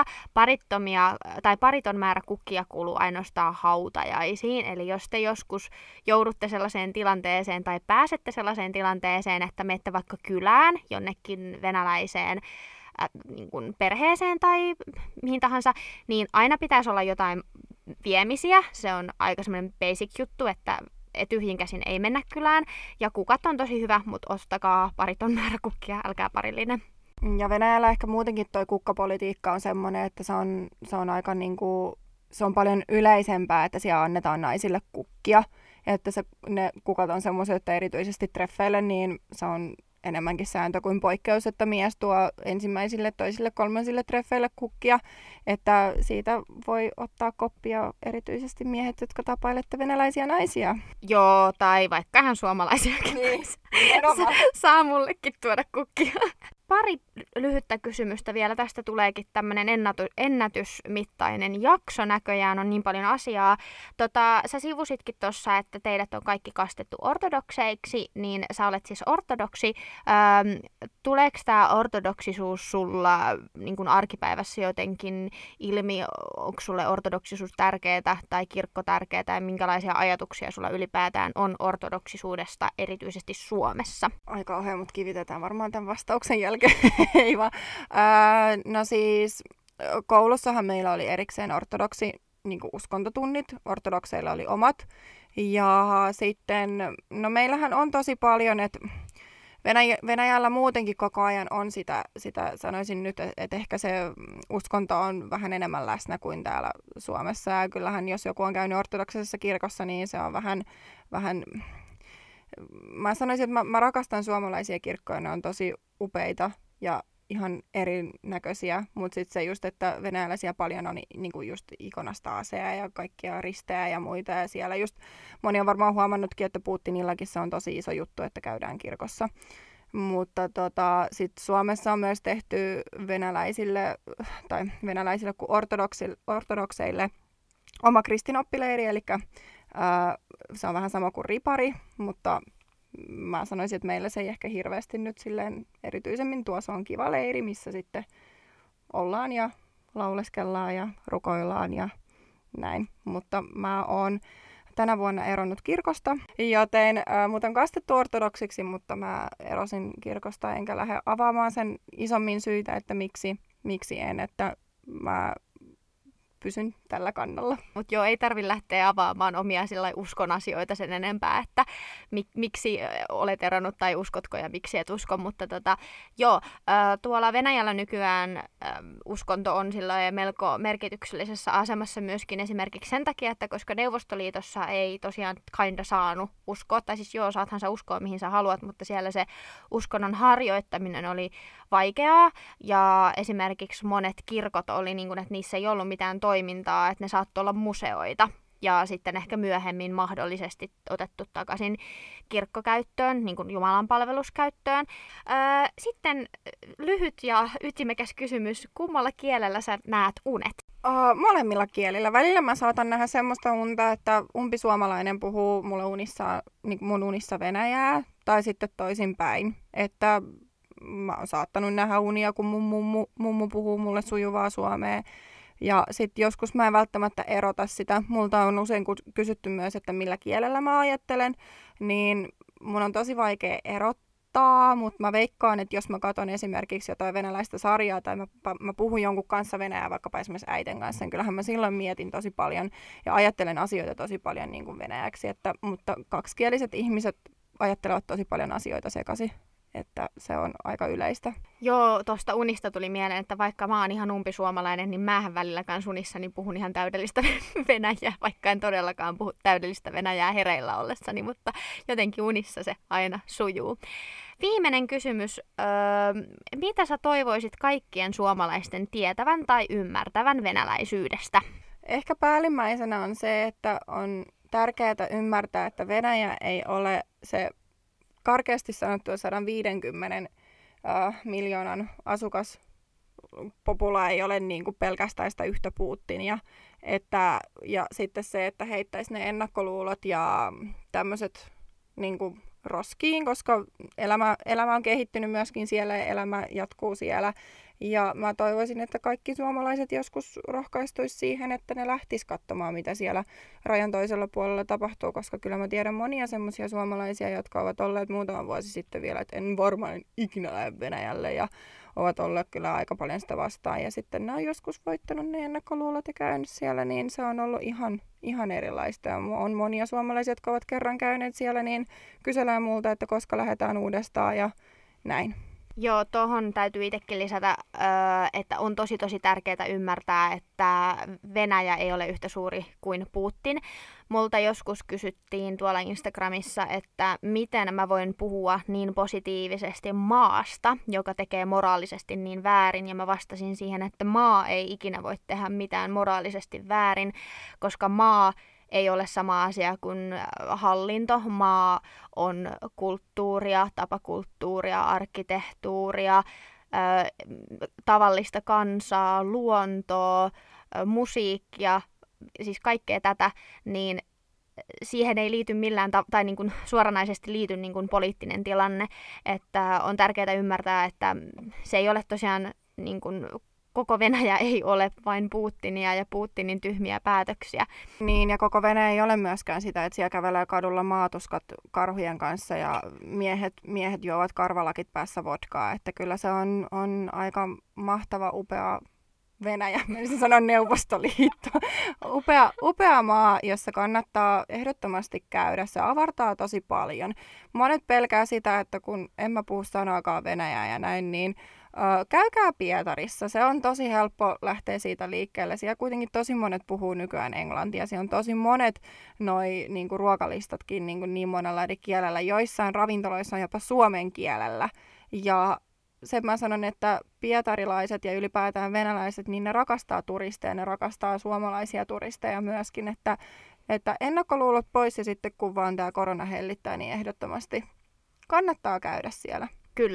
Pariton määrä kukkia kuluu ainoastaan hautajaisiin. Eli jos te joskus joudutte sellaiseen tilanteeseen tai pääsette sellaiseen tilanteeseen, että menette vaikka kylään jonnekin venäläiseen niin kuin perheeseen tai mihin tahansa, niin aina pitäisi olla jotain viemisiä. Se on aika semmoinen basic juttu, että tyhjin käsin ei mennä kylään. Ja kukat on tosi hyvä, mutta ostakaa pariton määrä kukkia, älkää parillinen. Ja Venäjällä ehkä muutenkin toi kukkapolitiikka on semmoinen, että se on aika se on paljon yleisempää, että siellä annetaan naisille kukkia. Että ne kukat on semmoiset, että erityisesti treffeille, niin se on enemmänkin sääntö kuin poikkeus, että mies tuo ensimmäisille, toisille, kolmansille treffeille kukkia, että siitä voi ottaa koppia erityisesti miehet, jotka tapailette venäläisiä naisia. Joo, tai vaikka ihan suomalaisiakin niin, saa mullekin tuoda kukkia. Pari lyhyttä kysymystä vielä. Tästä tuleekin tämmöinen ennätysmittainen jakso näköjään, on niin paljon asiaa. Sä sivusitkin tuossa, että teidät on kaikki kastettu ortodokseiksi, niin sä olet siis ortodoksi. Tuleeko tämä ortodoksisuus sulla niin kun arkipäivässä jotenkin ilmi? Onko sulle ortodoksisuus tärkeää tai kirkko tärkeää ja minkälaisia ajatuksia sulla ylipäätään on ortodoksisuudesta, erityisesti Suomessa? Aika kauhean, mutta kivitetään varmaan tämän vastauksen jälkeen. Ei vaan. No siis koulussahan meillä oli erikseen ortodoksi niin kuin uskontotunnit. Ortodokseilla oli omat. Ja sitten, no meillähän on tosi paljon, että Venäjällä muutenkin koko ajan on sitä sanoisin nyt, että ehkä se uskonto on vähän enemmän läsnä kuin täällä Suomessa. Ja kyllähän jos joku on käynyt ortodoksisessa kirkossa, niin se on vähän mä sanoisin, että mä rakastan suomalaisia kirkkoja, ne on tosi upeita ja ihan erinäköisiä, mutta sitten se just, että venäläisiä paljon on niinku just ikonastaseja ja kaikkia ristejä ja muita, ja siellä just moni on varmaan huomannutkin, että Putinillakin se on tosi iso juttu, että käydään kirkossa. Mutta sitten Suomessa on myös tehty venäläisille kuin ortodokseille oma kristinoppileiri, eli se on vähän sama kuin ripari, mutta mä sanoisin, että meillä se ei ehkä hirveästi nyt silleen erityisemmin. Tuossa on kiva leiri, missä sitten ollaan ja lauleskellaan ja rukoillaan ja näin. Mutta mä oon tänä vuonna eronnut kirkosta, joten mut on kastettu ortodoksiksi, mutta mä erosin kirkosta enkä lähde avaamaan sen isommin syitä, että miksi en, että mä pysyn tällä kannalla. Mutta joo, ei tarvitse lähteä avaamaan omia uskon asioita sen enempää, että miksi olet eronnut tai uskotko ja miksi et usko. Mutta tuolla Venäjällä nykyään uskonto on melko merkityksellisessä asemassa myöskin esimerkiksi sen takia, että koska Neuvostoliitossa ei tosiaan saanut uskoa, tai siis saathan sä uskoa mihin sä haluat, mutta siellä se uskonnon harjoittaminen oli vaikeaa ja esimerkiksi monet kirkot oli niin kuin, että niissä ei ollut mitään toimintaa, että ne saattoi olla museoita ja sitten ehkä myöhemmin mahdollisesti otettu takaisin kirkkokäyttöön, niin kuin jumalanpalveluskäyttöön. Sitten lyhyt ja ytimekäs kysymys, kummalla kielellä sä näet unet? Molemmilla kielillä. Välillä mä saatan nähdä semmoista unta, että umpisuomalainen puhuu mulle mun unissa venäjää, tai sitten toisinpäin, että mä oon saattanut nähdä unia, kun mun mummu puhuu mulle sujuvaa suomea. Ja sitten joskus mä en välttämättä erota sitä. Multa on usein kysytty myös, että millä kielellä mä ajattelen. Niin mun on tosi vaikea erottaa, mutta mä veikkaan, että jos mä katson esimerkiksi jotain venäläistä sarjaa tai mä puhun jonkun kanssa venäjää, vaikkapa esimerkiksi äiten kanssa, niin kyllähän mä silloin mietin tosi paljon ja ajattelen asioita tosi paljon niin kuin venäjäksi. Mutta kaksikieliset ihmiset ajattelevat tosi paljon asioita sekaisin. Että se on aika yleistä. Joo, tuosta unista tuli mieleen, että vaikka mä oon ihan umpisuomalainen, niin mähän välillä kans unissani puhun ihan täydellistä venäjää, vaikka en todellakaan puhu täydellistä venäjää hereillä ollessani, mutta jotenkin unissa se aina sujuu. Viimeinen kysymys. Mitä sä toivoisit kaikkien suomalaisten tietävän tai ymmärtävän venäläisyydestä? Ehkä päällimmäisenä on se, että on tärkeää ymmärtää, että Venäjä ei ole se karkeasti sanottua 150 miljoonan asukaspopula ei ole niin kuin pelkästään sitä yhtä Putinia. Ja sitten se, että heittäisi ne ennakkoluulot ja tämmöiset niin kuin roskiin, koska elämä on kehittynyt myöskin siellä ja elämä jatkuu siellä. Ja mä toivoisin, että kaikki suomalaiset joskus rohkaistuisi siihen, että ne lähtis katsomaan, mitä siellä rajan toisella puolella tapahtuu, koska kyllä mä tiedän monia semmoisia suomalaisia, jotka ovat olleet muutama vuosi sitten vielä, että en varmaan ikinä lähde Venäjälle ja ovat olleet kyllä aika paljon sitä vastaan. Ja sitten ne on joskus voittanut ne ennakkoluulot ja käynyt siellä, niin se on ollut ihan erilaista. Ja on monia suomalaisia, jotka ovat kerran käyneet siellä, niin kyselään multa, että koska lähdetään uudestaan ja näin. Joo, tuohon täytyy itsekin lisätä, että on tosi tärkeää ymmärtää, että Venäjä ei ole yhtä suuri kuin Putin. Multa joskus kysyttiin tuolla Instagramissa, että miten mä voin puhua niin positiivisesti maasta, joka tekee moraalisesti niin väärin. Ja mä vastasin siihen, että maa ei ikinä voi tehdä mitään moraalisesti väärin, koska maa ei ole sama asia kuin hallinto. Maa on kulttuuria, tapakulttuuria, arkkitehtuuria, tavallista kansaa, luontoa, musiikkia, siis kaikkea tätä, niin siihen ei liity millään tai niin kuin suoranaisesti liity niin kuin poliittinen tilanne, että on tärkeää ymmärtää, että se ei ole tosiaan niin kuin koko Venäjä ei ole vain Putinia ja Putinin tyhmiä päätöksiä. Niin, ja koko Venäjä ei ole myöskään sitä, että siellä kävelee kadulla maatuskat karhujen kanssa ja miehet juovat karvalakit päässä vodkaa. Että kyllä se on aika mahtava, upea Venäjä, menisin sanoa Neuvostoliitto. Upea maa, jossa kannattaa ehdottomasti käydä. Se avartaa tosi paljon. Monet pelkää sitä, että kun en mä puhu sanaakaan Venäjää ja näin, niin käykää Pietarissa. Se on tosi helppo lähteä siitä liikkeelle. Siellä kuitenkin tosi monet puhuu nykyään englantia. Siellä on tosi monet niinku ruokalistatkin niin monella eri kielellä. Joissain ravintoloissa on jopa suomen kielellä. Ja sen mä sanon, että pietarilaiset ja ylipäätään venäläiset, niin ne rakastaa turisteja, ne rakastaa suomalaisia turisteja myöskin, että ennakkoluulot pois ja sitten kun vaan tämä korona hellittää, niin ehdottomasti kannattaa käydä siellä. Kyllä.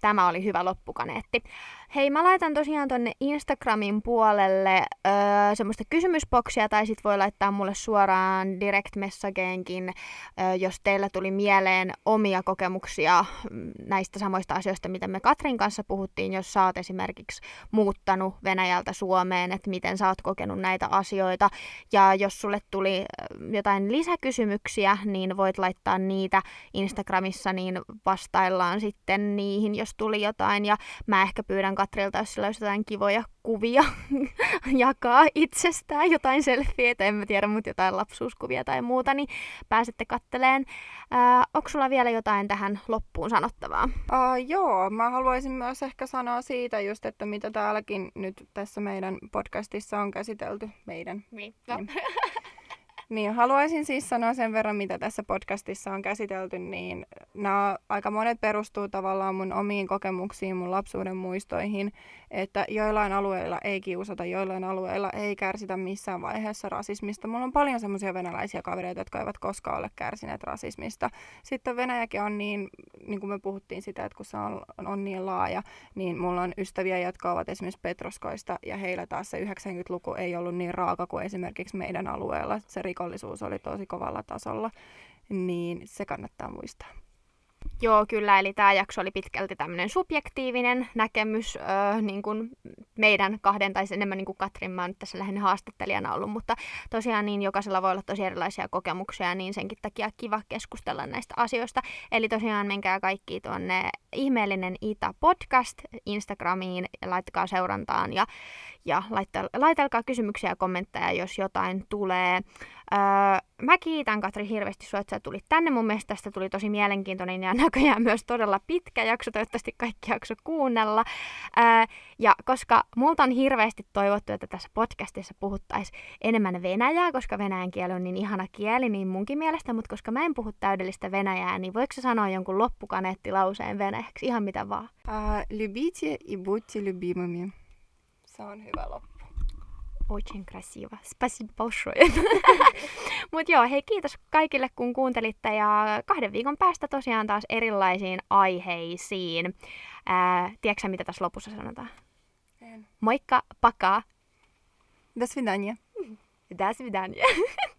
tämä oli hyvä loppukaneetti. Hei, mä laitan tosiaan tonne Instagramin puolelle semmoista kysymysboksia, tai sit voi laittaa mulle suoraan direct messageenkin, jos teillä tuli mieleen omia kokemuksia näistä samoista asioista, mitä me Katrin kanssa puhuttiin, jos sä oot esimerkiksi muuttanut Venäjältä Suomeen, että miten sä oot kokenut näitä asioita. Ja jos sulle tuli jotain lisäkysymyksiä, niin voit laittaa niitä Instagramissa, niin vastaillaan sitten niihin, jos tuli jotain. Ja mä ehkä pyydän Katrilta, jos sillä olisi jotain kivoja kuvia jakaa itsestään, jotain selfieitä, en mä tiedä, mutta jotain lapsuuskuvia tai muuta, niin pääsette katteleen. Onko sulla vielä jotain tähän loppuun sanottavaa? Joo, mä haluaisin myös ehkä sanoa siitä just, että mitä täälläkin nyt tässä meidän podcastissa on käsitelty. Niin. Niin, haluaisin siis sanoa sen verran, mitä tässä podcastissa on käsitelty, niin nämä aika monet perustuu tavallaan mun omiin kokemuksiin, mun lapsuuden muistoihin, että joillain alueilla ei kiusata, joillain alueilla ei kärsitä missään vaiheessa rasismista. Mulla on paljon semmoisia venäläisiä kavereita, jotka eivät koskaan ole kärsineet rasismista. Sitten Venäjäkin on niin kuin me puhuttiin sitä, että kun se on niin laaja, niin mulla on ystäviä, jotka ovat esimerkiksi Petroskoista, ja heillä taas se 90-luku ei ollut niin raaka kuin esimerkiksi meidän alueella. Se rikollisuus oli tosi kovalla tasolla, niin se kannattaa muistaa. Joo, kyllä, eli tämä jakso oli pitkälti tämmöinen subjektiivinen näkemys niin kuin meidän kahden, tai enemmän niin kuin Katrin, mä oon nyt tässä lähinnä haastattelijana ollut, mutta tosiaan niin jokaisella voi olla tosi erilaisia kokemuksia, niin senkin takia kiva keskustella näistä asioista. Eli tosiaan menkää kaikki tuonne Ihmeellinen Ita podcast Instagramiin ja laittakaa seurantaan ja laitelkaa kysymyksiä ja kommentteja, jos jotain tulee. Mä kiitän Katri hirveästi sua, että sä tulit tänne. Mun mielestä tästä tuli tosi mielenkiintoinen ja näköjään myös todella pitkä jakso. Toivottavasti kaikki jakso kuunnella. Ja koska multa on hirveästi toivottu, että tässä podcastissa puhuttaisiin enemmän venäjää, koska venäjän kieli on niin ihana kieli, niin munkin mielestä, mutta koska mä en puhu täydellistä venäjää, niin voiko sä sanoa jonkun loppukaneettilauseen venäjäksi? Ihan mitä vaan. Любите и будьте любимыми. Se on hyvä loppu. Очень красиво. Спасибо большое. Mut joo, hei, kiitos kaikille kun kuuntelitte ja 2 viikon päästä tosiaan taas erilaisiin aiheisiin. Tiedätkö mitä tässä lopussa sanotaan? En. Moikka, pakaa. До свидания. До свидания.